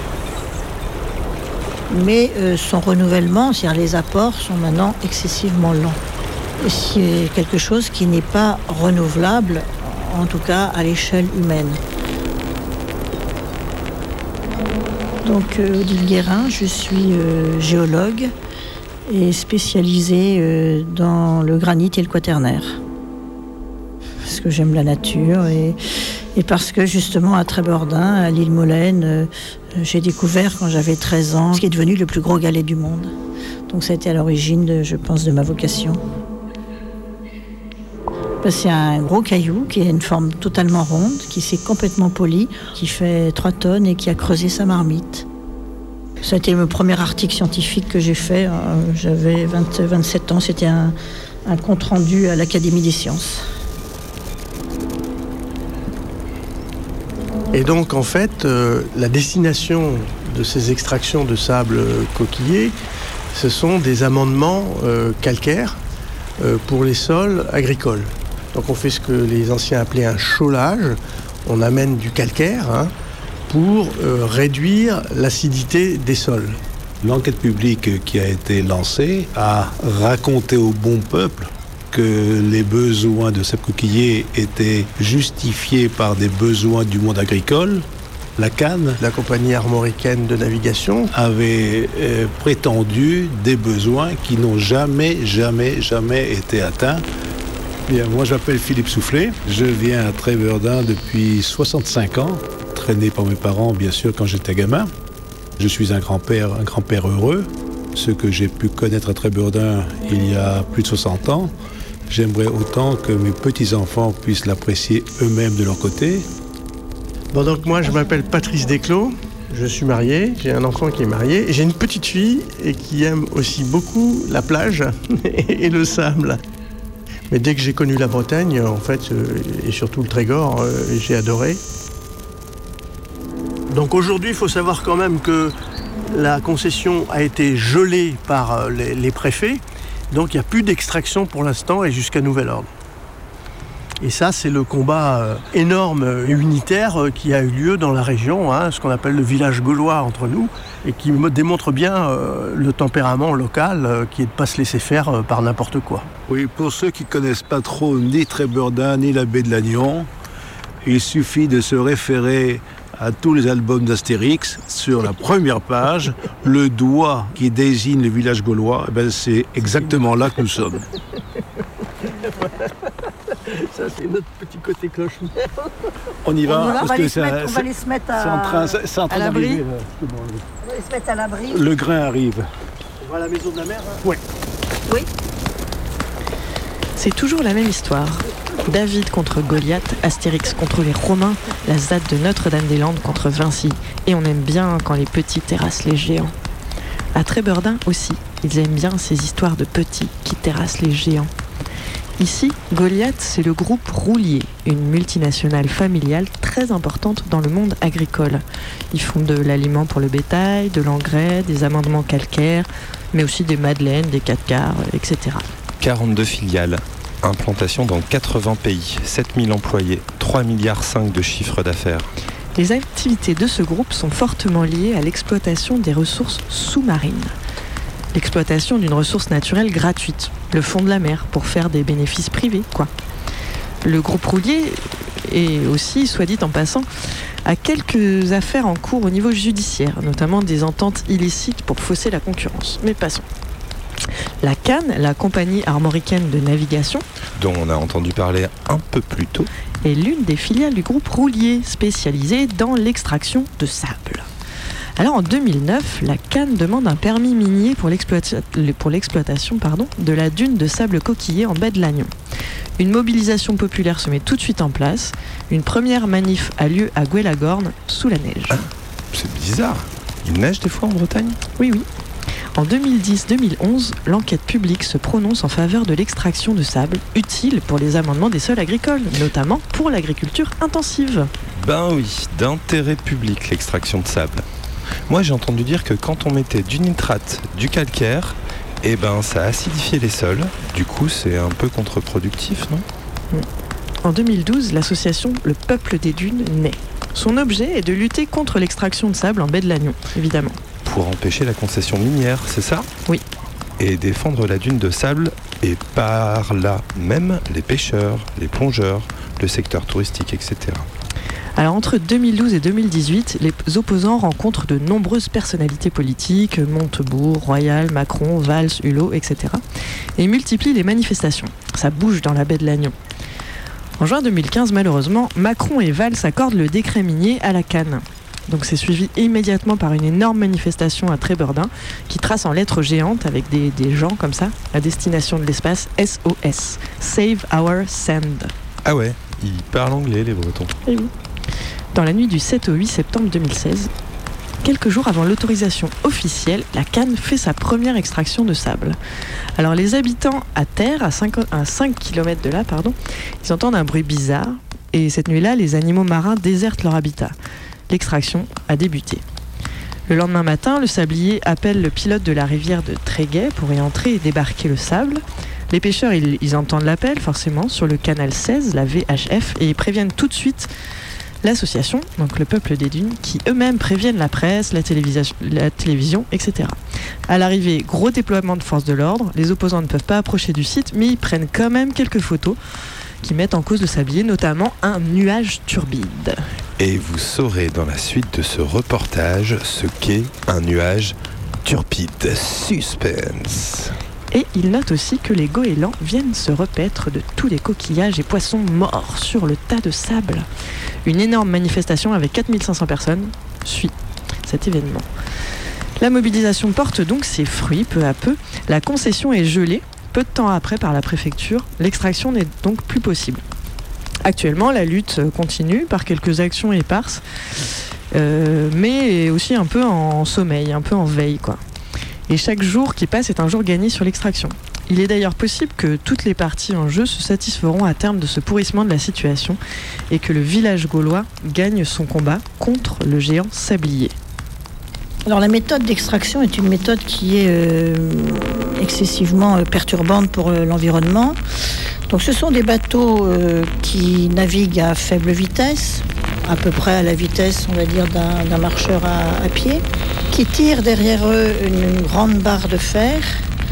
Mais euh, son renouvellement, c'est-à-dire les apports, sont maintenant excessivement lents. Et c'est quelque chose qui n'est pas renouvelable, en tout cas à l'échelle humaine. Donc euh, Odile Guérin, je suis euh, géologue et spécialisée euh, dans le granit et le quaternaire. Parce que j'aime la nature et, et parce que justement à Trébeurdin, à l'île Molène, euh, j'ai découvert quand j'avais treize ans ce qui est devenu le plus gros galet du monde. Donc ça a été à l'origine, de, je pense, de ma vocation. Ben, c'est un gros caillou qui a une forme totalement ronde, qui s'est complètement poli, qui fait trois tonnes et qui a creusé sa marmite. Ça a été le premier article scientifique que j'ai fait. J'avais vingt, vingt-sept ans, c'était un, un compte-rendu à l'Académie des sciences. Et donc, en fait, euh, la destination de ces extractions de sable coquillé, ce sont des amendements euh, calcaires euh, pour les sols agricoles. Donc, on fait ce que les anciens appelaient un chaulage. On amène du calcaire hein, pour euh, réduire l'acidité des sols. L'enquête publique qui a été lancée a raconté au bon peuple que les besoins de sable coquillé étaient justifiés par des besoins du monde agricole. La Cannes, la compagnie armoricaine de navigation, avait euh, prétendu des besoins qui n'ont jamais, jamais, jamais été atteints. Bien, moi, je m'appelle Philippe Soufflet. Je viens à Trébeurdin depuis soixante-cinq ans, traîné par mes parents, bien sûr, quand j'étais gamin. Je suis un grand-père, un grand-père heureux. Ce que j'ai pu connaître à Trébeurdin il y a plus de soixante ans, j'aimerais autant que mes petits-enfants puissent l'apprécier eux-mêmes de leur côté. Bon, donc moi, je m'appelle Patrice Desclos. Je suis marié, j'ai un enfant qui est marié. Et j'ai une petite fille et qui aime aussi beaucoup la plage et le sable. Mais dès que j'ai connu la Bretagne, en fait, et surtout le Trégor, j'ai adoré. Donc aujourd'hui, il faut savoir quand même que la concession a été gelée par les, les préfets. Donc il n'y a plus d'extraction pour l'instant et jusqu'à nouvel ordre. Et ça, c'est le combat énorme et unitaire qui a eu lieu dans la région, hein, ce qu'on appelle le village gaulois entre nous, et qui me démontre bien euh, le tempérament local euh, qui est de ne pas se laisser faire euh, par n'importe quoi. Oui, pour ceux qui ne connaissent pas trop ni Trébeurdin ni la baie de Lannion, il suffit de se référer à tous les albums d'Astérix. Sur la première page, le doigt qui désigne le village gaulois, eh ben, c'est exactement là que nous sommes. Ça, c'est notre petit côté cloche-mère. On y va, on, parce va que les ça, mettre, on va les se mettre à, c'est en train, c'est, c'est en train à l'abri. d'arriver. On va les se mettre à l'abri. Le grain arrive. On va à la maison de la mère hein. Oui. Oui. C'est toujours la même histoire. David contre Goliath, Astérix contre les Romains, la Z A D de Notre-Dame-des-Landes contre Vinci. Et on aime bien quand les petits terrassent les géants. À Trébeurdin aussi, ils aiment bien ces histoires de petits qui terrassent les géants. Ici, Goliath, c'est le groupe Roulier, une multinationale familiale très importante dans le monde agricole. Ils font de l'aliment pour le bétail, de l'engrais, des amendements calcaires, mais aussi des madeleines, des quatre quarts, et cetera. quarante-deux filiales, implantation dans quatre-vingts pays, sept mille employés, trois virgule cinq milliards de chiffre d'affaires. Les activités de ce groupe sont fortement liées à l'exploitation des ressources sous-marines. L'exploitation d'une ressource naturelle gratuite, le fond de la mer, pour faire des bénéfices privés, quoi. Le groupe Roulier est aussi, soit dit en passant, a quelques affaires en cours au niveau judiciaire, notamment des ententes illicites pour fausser la concurrence. Mais passons. La C A N, la compagnie armoricaine de navigation, dont on a entendu parler un peu plus tôt, est l'une des filiales du groupe Roulier, spécialisée dans l'extraction de sable. Alors en deux mille neuf, la C A N demande un permis minier pour, l'exploita- pour l'exploitation pardon, de la dune de sable coquillé en baie de Lannion. Une mobilisation populaire se met tout de suite en place. Une première manif a lieu à Gouet-la-Gorne, sous la neige. Ah, c'est bizarre. Il neige des fois en Bretagne ? Oui, oui. En deux mille dix deux mille onze, l'enquête publique se prononce en faveur de l'extraction de sable, utile pour les amendements des sols agricoles, notamment pour l'agriculture intensive. Ben oui, d'intérêt public l'extraction de sable. Moi j'ai entendu dire que quand on mettait du nitrate, du calcaire, eh ben ça acidifiait les sols. Du coup c'est un peu contre-productif, non ? En deux mille douze, l'association Le Peuple des Dunes naît. Son objet est de lutter contre l'extraction de sable en baie de Lannion, évidemment. Pour empêcher la concession minière, c'est ça ? Oui. Et défendre la dune de sable, et par là même les pêcheurs, les plongeurs, le secteur touristique, et cetera. Alors entre deux mille douze et deux mille dix-huit, les opposants rencontrent de nombreuses personnalités politiques, Montebourg, Royal, Macron, Valls, Hulot, et cetera. Et multiplient les manifestations. Ça bouge dans la baie de Lannion. En juin deux mille quinze, malheureusement, Macron et Valls accordent le décret minier à la C A N. Donc c'est suivi immédiatement par une énorme manifestation à Trébeurdin qui trace en lettres géantes avec des, des gens comme ça, à destination de l'espace, S O S, Save Our Sand. Ah ouais, ils parlent anglais les Bretons. Et oui. Dans la nuit du sept au huit septembre deux mille seize, quelques jours avant l'autorisation officielle, la C A N fait sa première extraction de sable. Alors les habitants à terre, à cinq, à cinq kilomètres de là, pardon, ils entendent un bruit bizarre et cette nuit-là, les animaux marins désertent leur habitat. L'extraction a débuté. Le lendemain matin, le sablier appelle le pilote de la rivière de Tréguet pour y entrer et débarquer le sable. Les pêcheurs, ils, ils entendent l'appel, forcément, sur le canal seize, la V H F, et ils préviennent tout de suite l'association, donc le Peuple des Dunes, qui eux-mêmes préviennent la presse, la télévision, la télévision, et cetera. À l'arrivée, gros déploiement de forces de l'ordre. Les opposants ne peuvent pas approcher du site, mais ils prennent quand même quelques photos qui mettent en cause le sablier, notamment un nuage turbide. Et vous saurez dans la suite de ce reportage ce qu'est un nuage turbide. Suspense. Et il note aussi que les goélands viennent se repaître de tous les coquillages et poissons morts sur le tas de sable. Une énorme manifestation avec quatre mille cinq cents personnes suit cet événement. La mobilisation porte donc ses fruits peu à peu. La concession est gelée peu de temps après par la préfecture. L'extraction n'est donc plus possible. Actuellement, la lutte continue par quelques actions éparses, euh, mais aussi un peu en sommeil, un peu en veille, quoi. Et chaque jour qui passe est un jour gagné sur l'extraction. Il est d'ailleurs possible que toutes les parties en jeu se satisferont à terme de ce pourrissement de la situation et que le village gaulois gagne son combat contre le géant sablier. Alors la méthode d'extraction est une méthode qui est euh, excessivement euh, perturbante pour euh, l'environnement. Donc ce sont des bateaux euh, qui naviguent à faible vitesse, à peu près à la vitesse, on va dire, d'un, d'un marcheur à, à pied, qui tirent derrière eux une, une grande barre de fer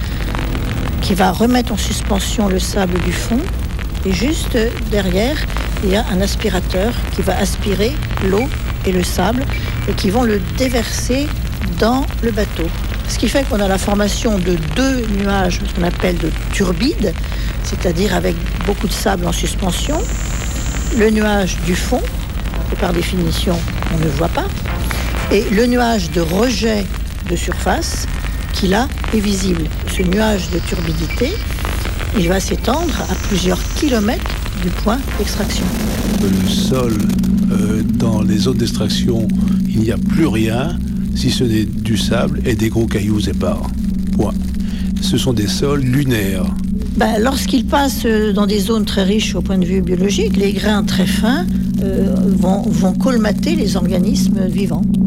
qui va remettre en suspension le sable du fond. Et juste derrière, il y a un aspirateur qui va aspirer l'eau et le sable et qui vont le déverser dans le bateau. Ce qui fait qu'on a la formation de deux nuages qu'on appelle de turbides, c'est-à-dire avec beaucoup de sable en suspension. Le nuage du fond, que par définition on ne voit pas, et le nuage de rejet de surface, qui là est visible. Ce nuage de turbidité, il va s'étendre à plusieurs kilomètres du point d'extraction. Le sol, euh, dans les zones d'extraction, il n'y a plus rien, si ce n'est du sable et des gros cailloux épars. Point. Ce sont des sols lunaires. Ben, lorsqu'ils passent dans des zones très riches au point de vue biologique, les grains très fins euh, vont, vont colmater les organismes vivants.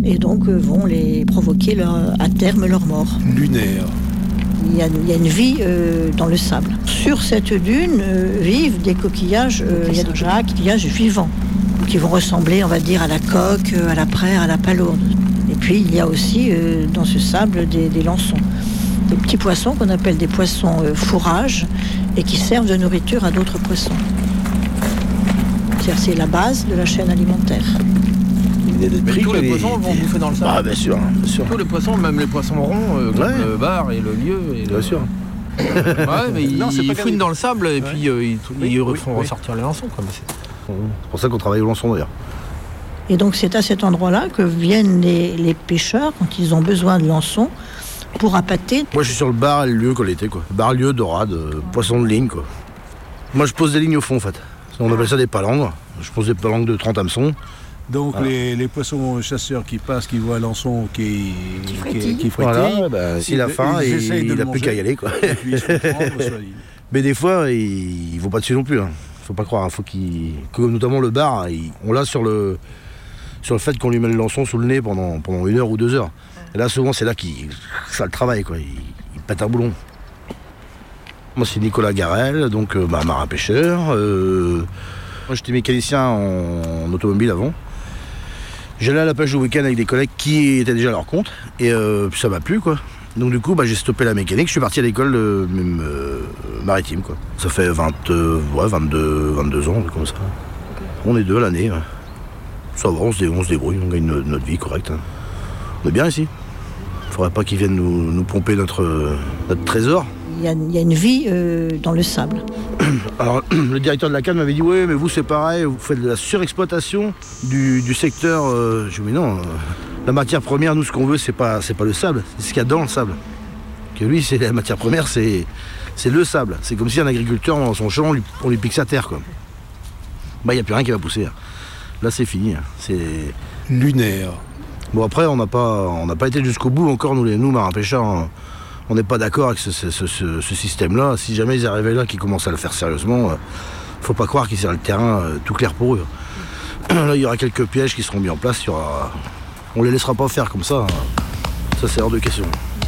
et donc euh, vont les provoquer leur, à terme leur mort. Lunaire. Il y a, il y a une vie euh, dans le sable. Sur cette dune euh, vivent des coquillages, euh, il y a des coquillages vivants qui vont ressembler, on va dire, à la coque, à la praire, à la palourde. Et puis il y a aussi euh, dans ce sable des, des lançons, des petits poissons qu'on appelle des poissons euh, fourrages et qui servent de nourriture à d'autres poissons. C'est-à-dire, c'est la base de la chaîne alimentaire. Mais tous les poissons vont bouffer dans le sable. Ah, bien sûr, bien sûr. Tous les poissons, même les poissons ronds, euh, comme Ouais. le bar et le lieu. Et Bien le... sûr. Ouais, mais ils, Non, c'est pas ils fouinent gagné. dans le sable et puis euh, ils, Oui, ils oui, font oui. ressortir les lançons. Comme c'est... C'est pour ça qu'on travaille au lançon d'ailleurs. Et donc c'est à cet endroit-là que viennent les, les pêcheurs quand ils ont besoin de lançons pour appâter. Moi je suis sur le bar et le lieu l'été quoi. Bar, lieu, dorade, euh, poisson de ligne quoi. Moi je pose des lignes au fond en fait. On appelle ça des palangues. Je pose des palangues de trente hameçons. Donc Voilà. les, les poissons chasseurs qui passent, qui voient l'ançon qui, qui frétille. qui frétille, Voilà, bah, s'il a faim, ils il- essayent de il le a plus qu'à manger. y aller, quoi. Et puis ils se font prendre, soit ils- Mais des fois, ils, ils vont pas dessus non plus. Hein. Faut pas croire. Hein. Faut qu'ils, comme notamment le bar, il- on l'a sur le sur le fait qu'on lui met le lançon sous le nez pendant pendant une heure ou deux heures. Et là, souvent, c'est là qu'il ça le travaille, quoi. Il, il pète un boulon. Moi, c'est Nicolas Garel, donc euh, bah, marin pêcheur. Euh, moi, j'étais mécanicien en, en automobile avant. J'allais à la pêche le week-end avec des collègues qui étaient déjà à leur compte et euh, ça m'a plu quoi. Donc du coup bah, j'ai stoppé la mécanique, je suis parti à l'école euh, même, euh, maritime quoi. Ça fait vingt, euh, ouais, vingt-deux, vingt-deux ans comme ça. On est deux à l'année. Ouais. Ça va, on se, dé- on se débrouille, on gagne notre, notre vie correcte. Hein. On est bien ici. Faudrait pas qu'ils viennent nous, nous pomper notre, euh, notre trésor. Il y a, il y a une vie euh, dans le sable. Alors, le directeur de la canne m'avait dit oui, mais vous c'est pareil, vous faites de la surexploitation du, du secteur. Euh, je dis mais non, euh, la matière première, nous ce qu'on veut, c'est pas, c'est pas le sable, c'est ce qu'il y a dans le sable. Que lui, c'est la matière première, c'est, c'est le sable. C'est comme si un agriculteur dans son champ, on lui, on lui pique sa terre quoi. Bah il y a plus rien qui va pousser. Hein. Là c'est fini. Hein. C'est lunaire. Bon après on n'a pas, on n'a pas été jusqu'au bout encore nous les nous marins pêcheurs. Hein. On n'est pas d'accord avec ce, ce, ce, ce système-là. Si jamais ils arrivaient là, qu'ils commencent à le faire sérieusement, euh, faut pas croire qu'ils seront le terrain euh, tout clair pour eux. Là, il y aura quelques pièges qui seront mis en place. Il y aura... On les laissera pas faire comme ça. Hein. Ça, c'est hors de question.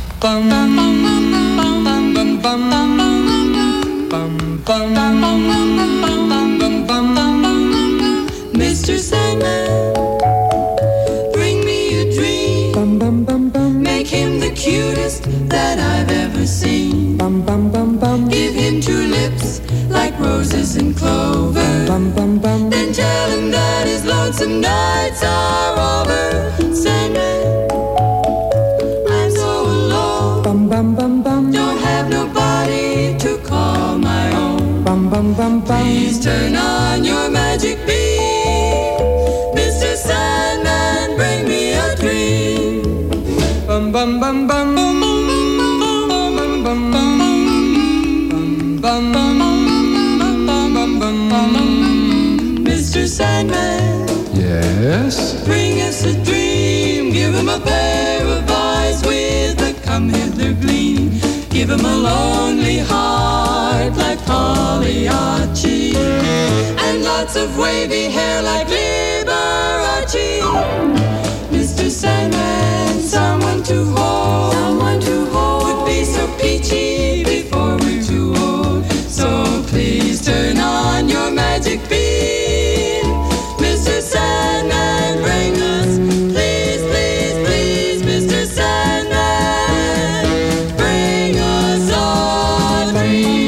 Mister Sandman, bring me a dream. Make him the cutest that I've ever seen. Give him two lips like roses and clover. Then tell him that his lonesome nights are over. Sandman, I'm so alone. Don't have nobody to call my own. Please turn on your magic beam. Mister Sandman, bring me a dream. Bum bum bum bum bum bum bum bum bum bum bum bum. Mister Sandman, yes. Bring us a dream. Give him a pair of eyes with a come hither gleam. Give him a lonely heart like Pagliacci, and lots of wavy hair like Liberace. Mister Sandman, someone to hold, someone to hold would be so peachy before we're too old. So please turn on your magic beam. Mister Sandman, bring us, please, please, please, Mister Sandman, bring us a dream.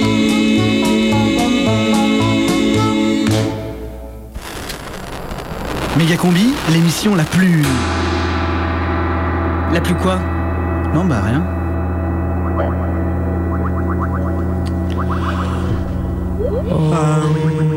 Mégacombi, l'émission la plus... La plus quoi? Non, bah rien. Ah oui.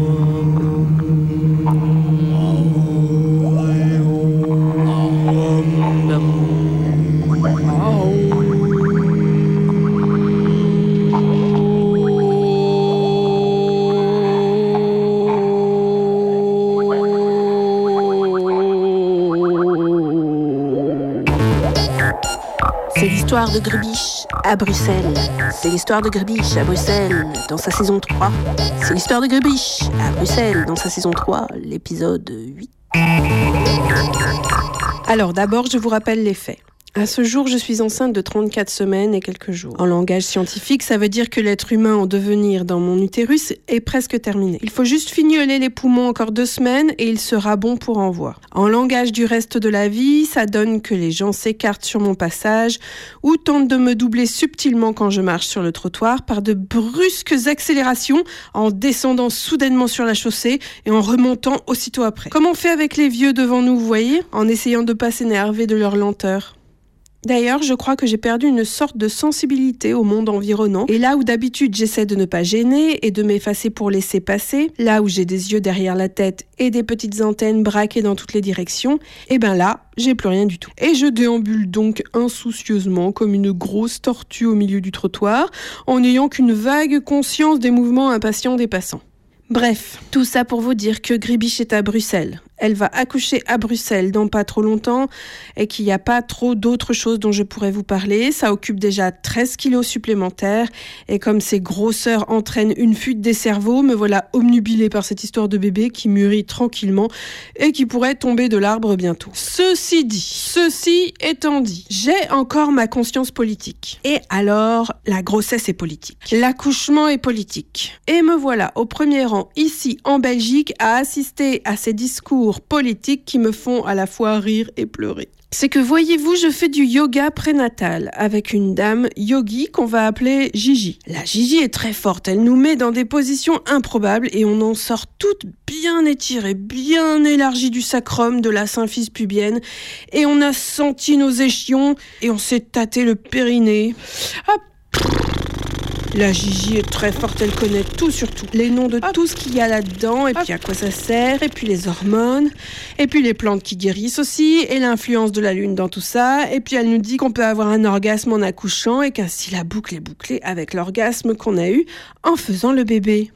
C'est l'histoire de Grubiche à Bruxelles. C'est l'histoire de Grubiche à Bruxelles dans sa saison trois. C'est l'histoire de Grubiche à Bruxelles dans sa saison trois, l'épisode huit. Alors d'abord, je vous rappelle les faits. À ce jour, je suis enceinte de trente-quatre semaines et quelques jours. En langage scientifique, ça veut dire que l'être humain en devenir dans mon utérus est presque terminé. Il faut juste fignoler les poumons encore deux semaines et il sera bon pour en voir. En langage du reste de la vie, ça donne que les gens s'écartent sur mon passage ou tentent de me doubler subtilement quand je marche sur le trottoir par de brusques accélérations en descendant soudainement sur la chaussée et en remontant aussitôt après. Comme on fait avec les vieux devant nous, vous voyez, en essayant de pas s'énerver de leur lenteur. D'ailleurs, je crois que j'ai perdu une sorte de sensibilité au monde environnant. Et là où d'habitude j'essaie de ne pas gêner et de m'effacer pour laisser passer, là où j'ai des yeux derrière la tête et des petites antennes braquées dans toutes les directions, et ben là, j'ai plus rien du tout. Et je déambule donc insoucieusement comme une grosse tortue au milieu du trottoir, en n'ayant qu'une vague conscience des mouvements impatients des passants. Bref, tout ça pour vous dire que Gribiche est à Bruxelles. Elle va accoucher à Bruxelles dans pas trop longtemps et qu'il n'y a pas trop d'autres choses dont je pourrais vous parler. Ça occupe déjà treize kilos supplémentaires et comme ces grosseurs entraînent une fuite des cerveaux, me voilà omnubilée par cette histoire de bébé qui mûrit tranquillement et qui pourrait tomber de l'arbre bientôt. Ceci dit, ceci étant dit, j'ai encore ma conscience politique. Et alors, la grossesse est politique. L'accouchement est politique. Et me voilà au premier rang ici en Belgique à assister à ces discours politiques qui me font à la fois rire et pleurer. C'est que voyez-vous, je fais du yoga prénatal avec une dame yogi qu'on va appeler Gigi. La Gigi est très forte, elle nous met dans des positions improbables et on en sort toutes bien étirées, bien élargies du sacrum, de la symphyse pubienne et on a senti nos échions et on s'est tâté le périnée. Hop. La Gigi est très forte, elle connaît tout sur tout. Les noms de tout ce qu'il y a là-dedans, et puis à quoi ça sert, et puis les hormones, et puis les plantes qui guérissent aussi, et l'influence de la lune dans tout ça, et puis elle nous dit qu'on peut avoir un orgasme en accouchant, et qu'ainsi la boucle est bouclée avec l'orgasme qu'on a eu en faisant le bébé.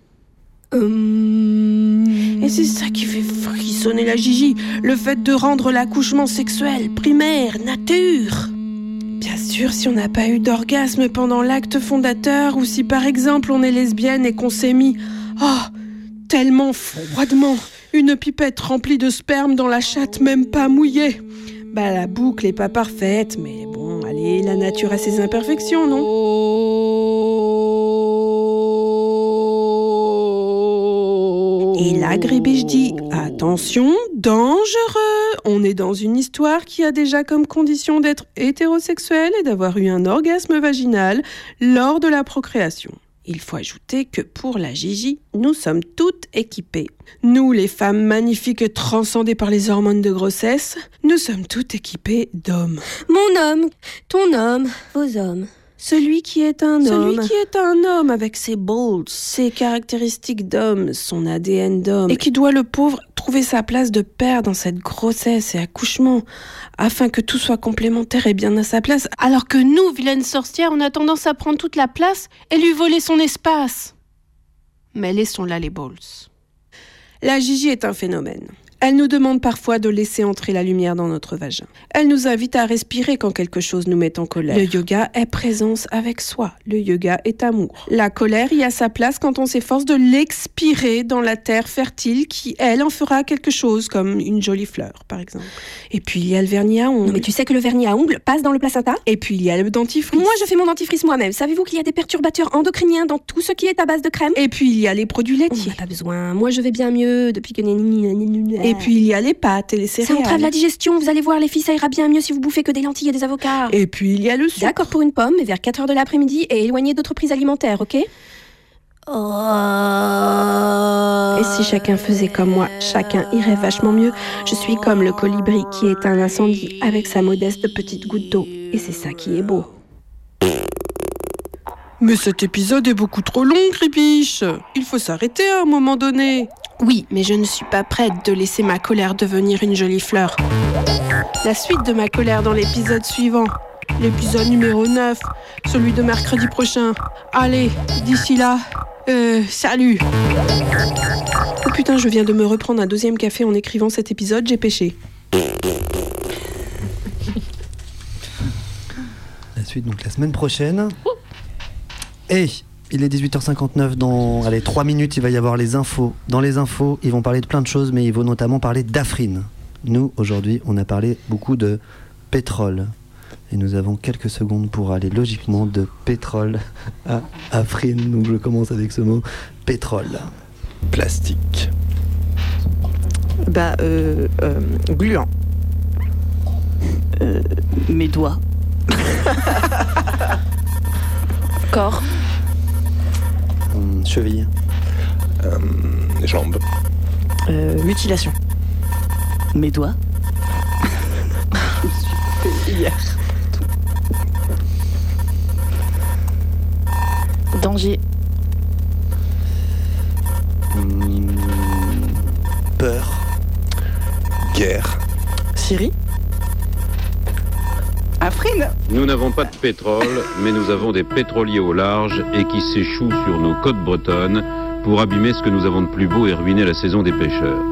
Hum... Et c'est ça qui fait frissonner la Gigi, le fait de rendre l'accouchement sexuel, primaire, nature. Bien sûr, si on n'a pas eu d'orgasme pendant l'acte fondateur ou si par exemple on est lesbienne et qu'on s'est mis, oh, tellement froidement, une pipette remplie de sperme dans la chatte même pas mouillée. Bah la boucle est pas parfaite, mais bon, allez, la nature a ses imperfections, non ? Et là, Gribiche dit « Attention, dangereux ! On est dans une histoire qui a déjà comme condition d'être hétérosexuelle et d'avoir eu un orgasme vaginal lors de la procréation. » Il faut ajouter que pour la Gigi, nous sommes toutes équipées. Nous, les femmes magnifiques et transcendées par les hormones de grossesse, nous sommes toutes équipées d'hommes. Mon homme, ton homme, vos hommes. Celui qui est un homme. Celui qui est un homme avec ses balls, ses caractéristiques d'homme, son A D N d'homme. Et qui doit, le pauvre, trouver sa place de père dans cette grossesse et accouchement, afin que tout soit complémentaire et bien à sa place. Alors que nous, vilaines sorcières, on a tendance à prendre toute la place et lui voler son espace. Mais laissons là les balls. La Gigi est un phénomène. Elle nous demande parfois de laisser entrer la lumière dans notre vagin. Elle nous invite à respirer quand quelque chose nous met en colère. Le yoga est présence avec soi. Le yoga est amour. La colère y a sa place quand on s'efforce de l'expirer dans la terre fertile qui, elle, en fera quelque chose, comme une jolie fleur, par exemple. Et puis il y a le vernis à ongles. Non, mais tu sais que le vernis à ongles passe dans le placenta ? Et puis il y a le dentifrice. Moi, je fais mon dentifrice moi-même. Savez-vous qu'il y a des perturbateurs endocriniens dans tout ce qui est à base de crème ? Et puis il y a les produits laitiers. On n'a pas besoin. Moi, je vais bien mieux depuis que... Et puis il y a les pâtes et les céréales. Ça entrave la digestion, vous allez voir, les filles, ça ira bien mieux si vous bouffez que des lentilles et des avocats. Et puis il y a le sucre. D'accord pour une pomme, mais vers quatre heures de l'après-midi et éloigné d'autres prises alimentaires, ok ? Oh. Et si chacun faisait comme moi, chacun irait vachement mieux. Je suis comme le colibri qui éteint un incendie avec sa modeste petite goutte d'eau. Et c'est ça qui est beau. Mais cet épisode est beaucoup trop long, Gribiche. Il faut s'arrêter à un moment donné. Oui, mais je ne suis pas prête de laisser ma colère devenir une jolie fleur. La suite de ma colère dans l'épisode suivant. L'épisode numéro neuf, celui de mercredi prochain. Allez, d'ici là, euh, salut. Oh putain, je viens de me reprendre un deuxième café en écrivant cet épisode, j'ai péché. La suite, donc la semaine prochaine. Et il est dix-huit heures cinquante-neuf, dans allez, trois minutes, il va y avoir les infos. Dans les infos, ils vont parler de plein de choses, mais ils vont notamment parler d'Afrine. Nous, aujourd'hui, on a parlé beaucoup de pétrole. Et nous avons quelques secondes pour aller logiquement de pétrole à Afrin. Donc je commence avec ce mot, pétrole. Plastique. Bah, euh, euh, gluant. Euh, mes doigts. Corps. Hum, cheville. Euh, jambes. Euh, mutilation. Mes doigts. Hier. Danger. Hum, peur. Guerre. Syrie. Afrin. Nous n'avons pas de pétrole, mais nous avons des pétroliers au large et qui s'échouent sur nos côtes bretonnes pour abîmer ce que nous avons de plus beau et ruiner la saison des pêcheurs.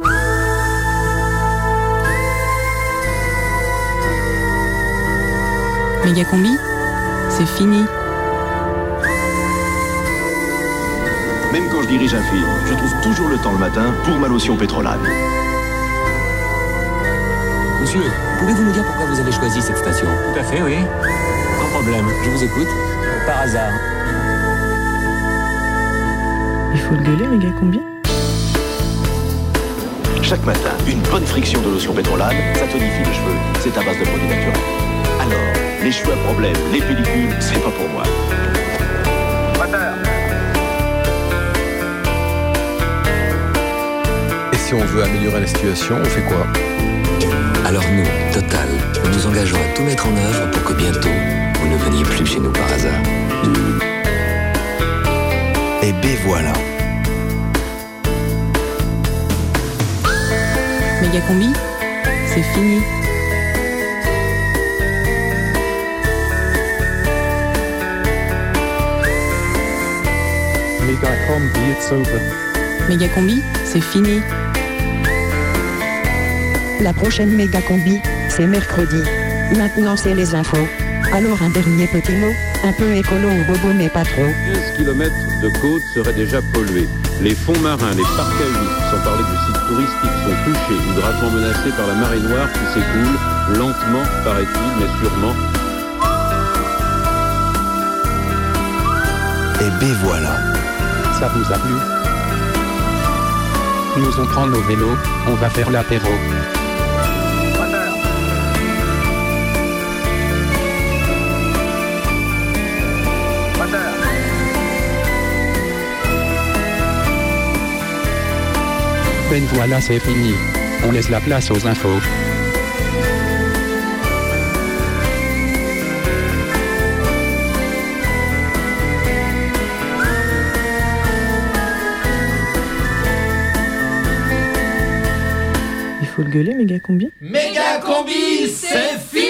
Mégacombi, c'est fini. Même quand je dirige un film, je trouve toujours le temps le matin pour ma lotion Pétrolane. Monsieur, pouvez-vous nous dire pourquoi vous avez choisi cette station? Tout à fait, oui. Sans problème, je vous écoute. Par hasard. Il faut le gueuler, méga combi. Chaque matin, une bonne friction de lotion Pétrolane, ça tonifie les cheveux. C'est à base de produits naturels. Alors, les cheveux à problème, les pellicules, c'est pas pour moi. Et si on veut améliorer la situation, on fait quoi? Alors nous, Total, nous nous engageons à tout mettre en œuvre pour que bientôt, vous ne veniez plus chez nous par hasard. Et ben voilà. Mégacombi, c'est fini. Mégacombi, it's over. Mégacombi, c'est fini. La prochaine Mégacombi, c'est mercredi. Maintenant, c'est les infos. Alors, un dernier petit mot, un peu écolo ou bobo, mais pas trop. quinze kilomètres de côte seraient déjà pollués. Les fonds marins, les parcs à huîtres, sans parler de sites touristiques, sont touchés ou gravement menacés par la marée noire qui s'écoule, lentement, paraît-il, mais sûrement. Et ben voilà. Ça vous a plu? Nous on prend nos vélos, on va faire l'apéro. Ben voilà, c'est fini. On laisse la place aux infos. Il faut le gueuler, méga combi. Mégacombi, c'est fini.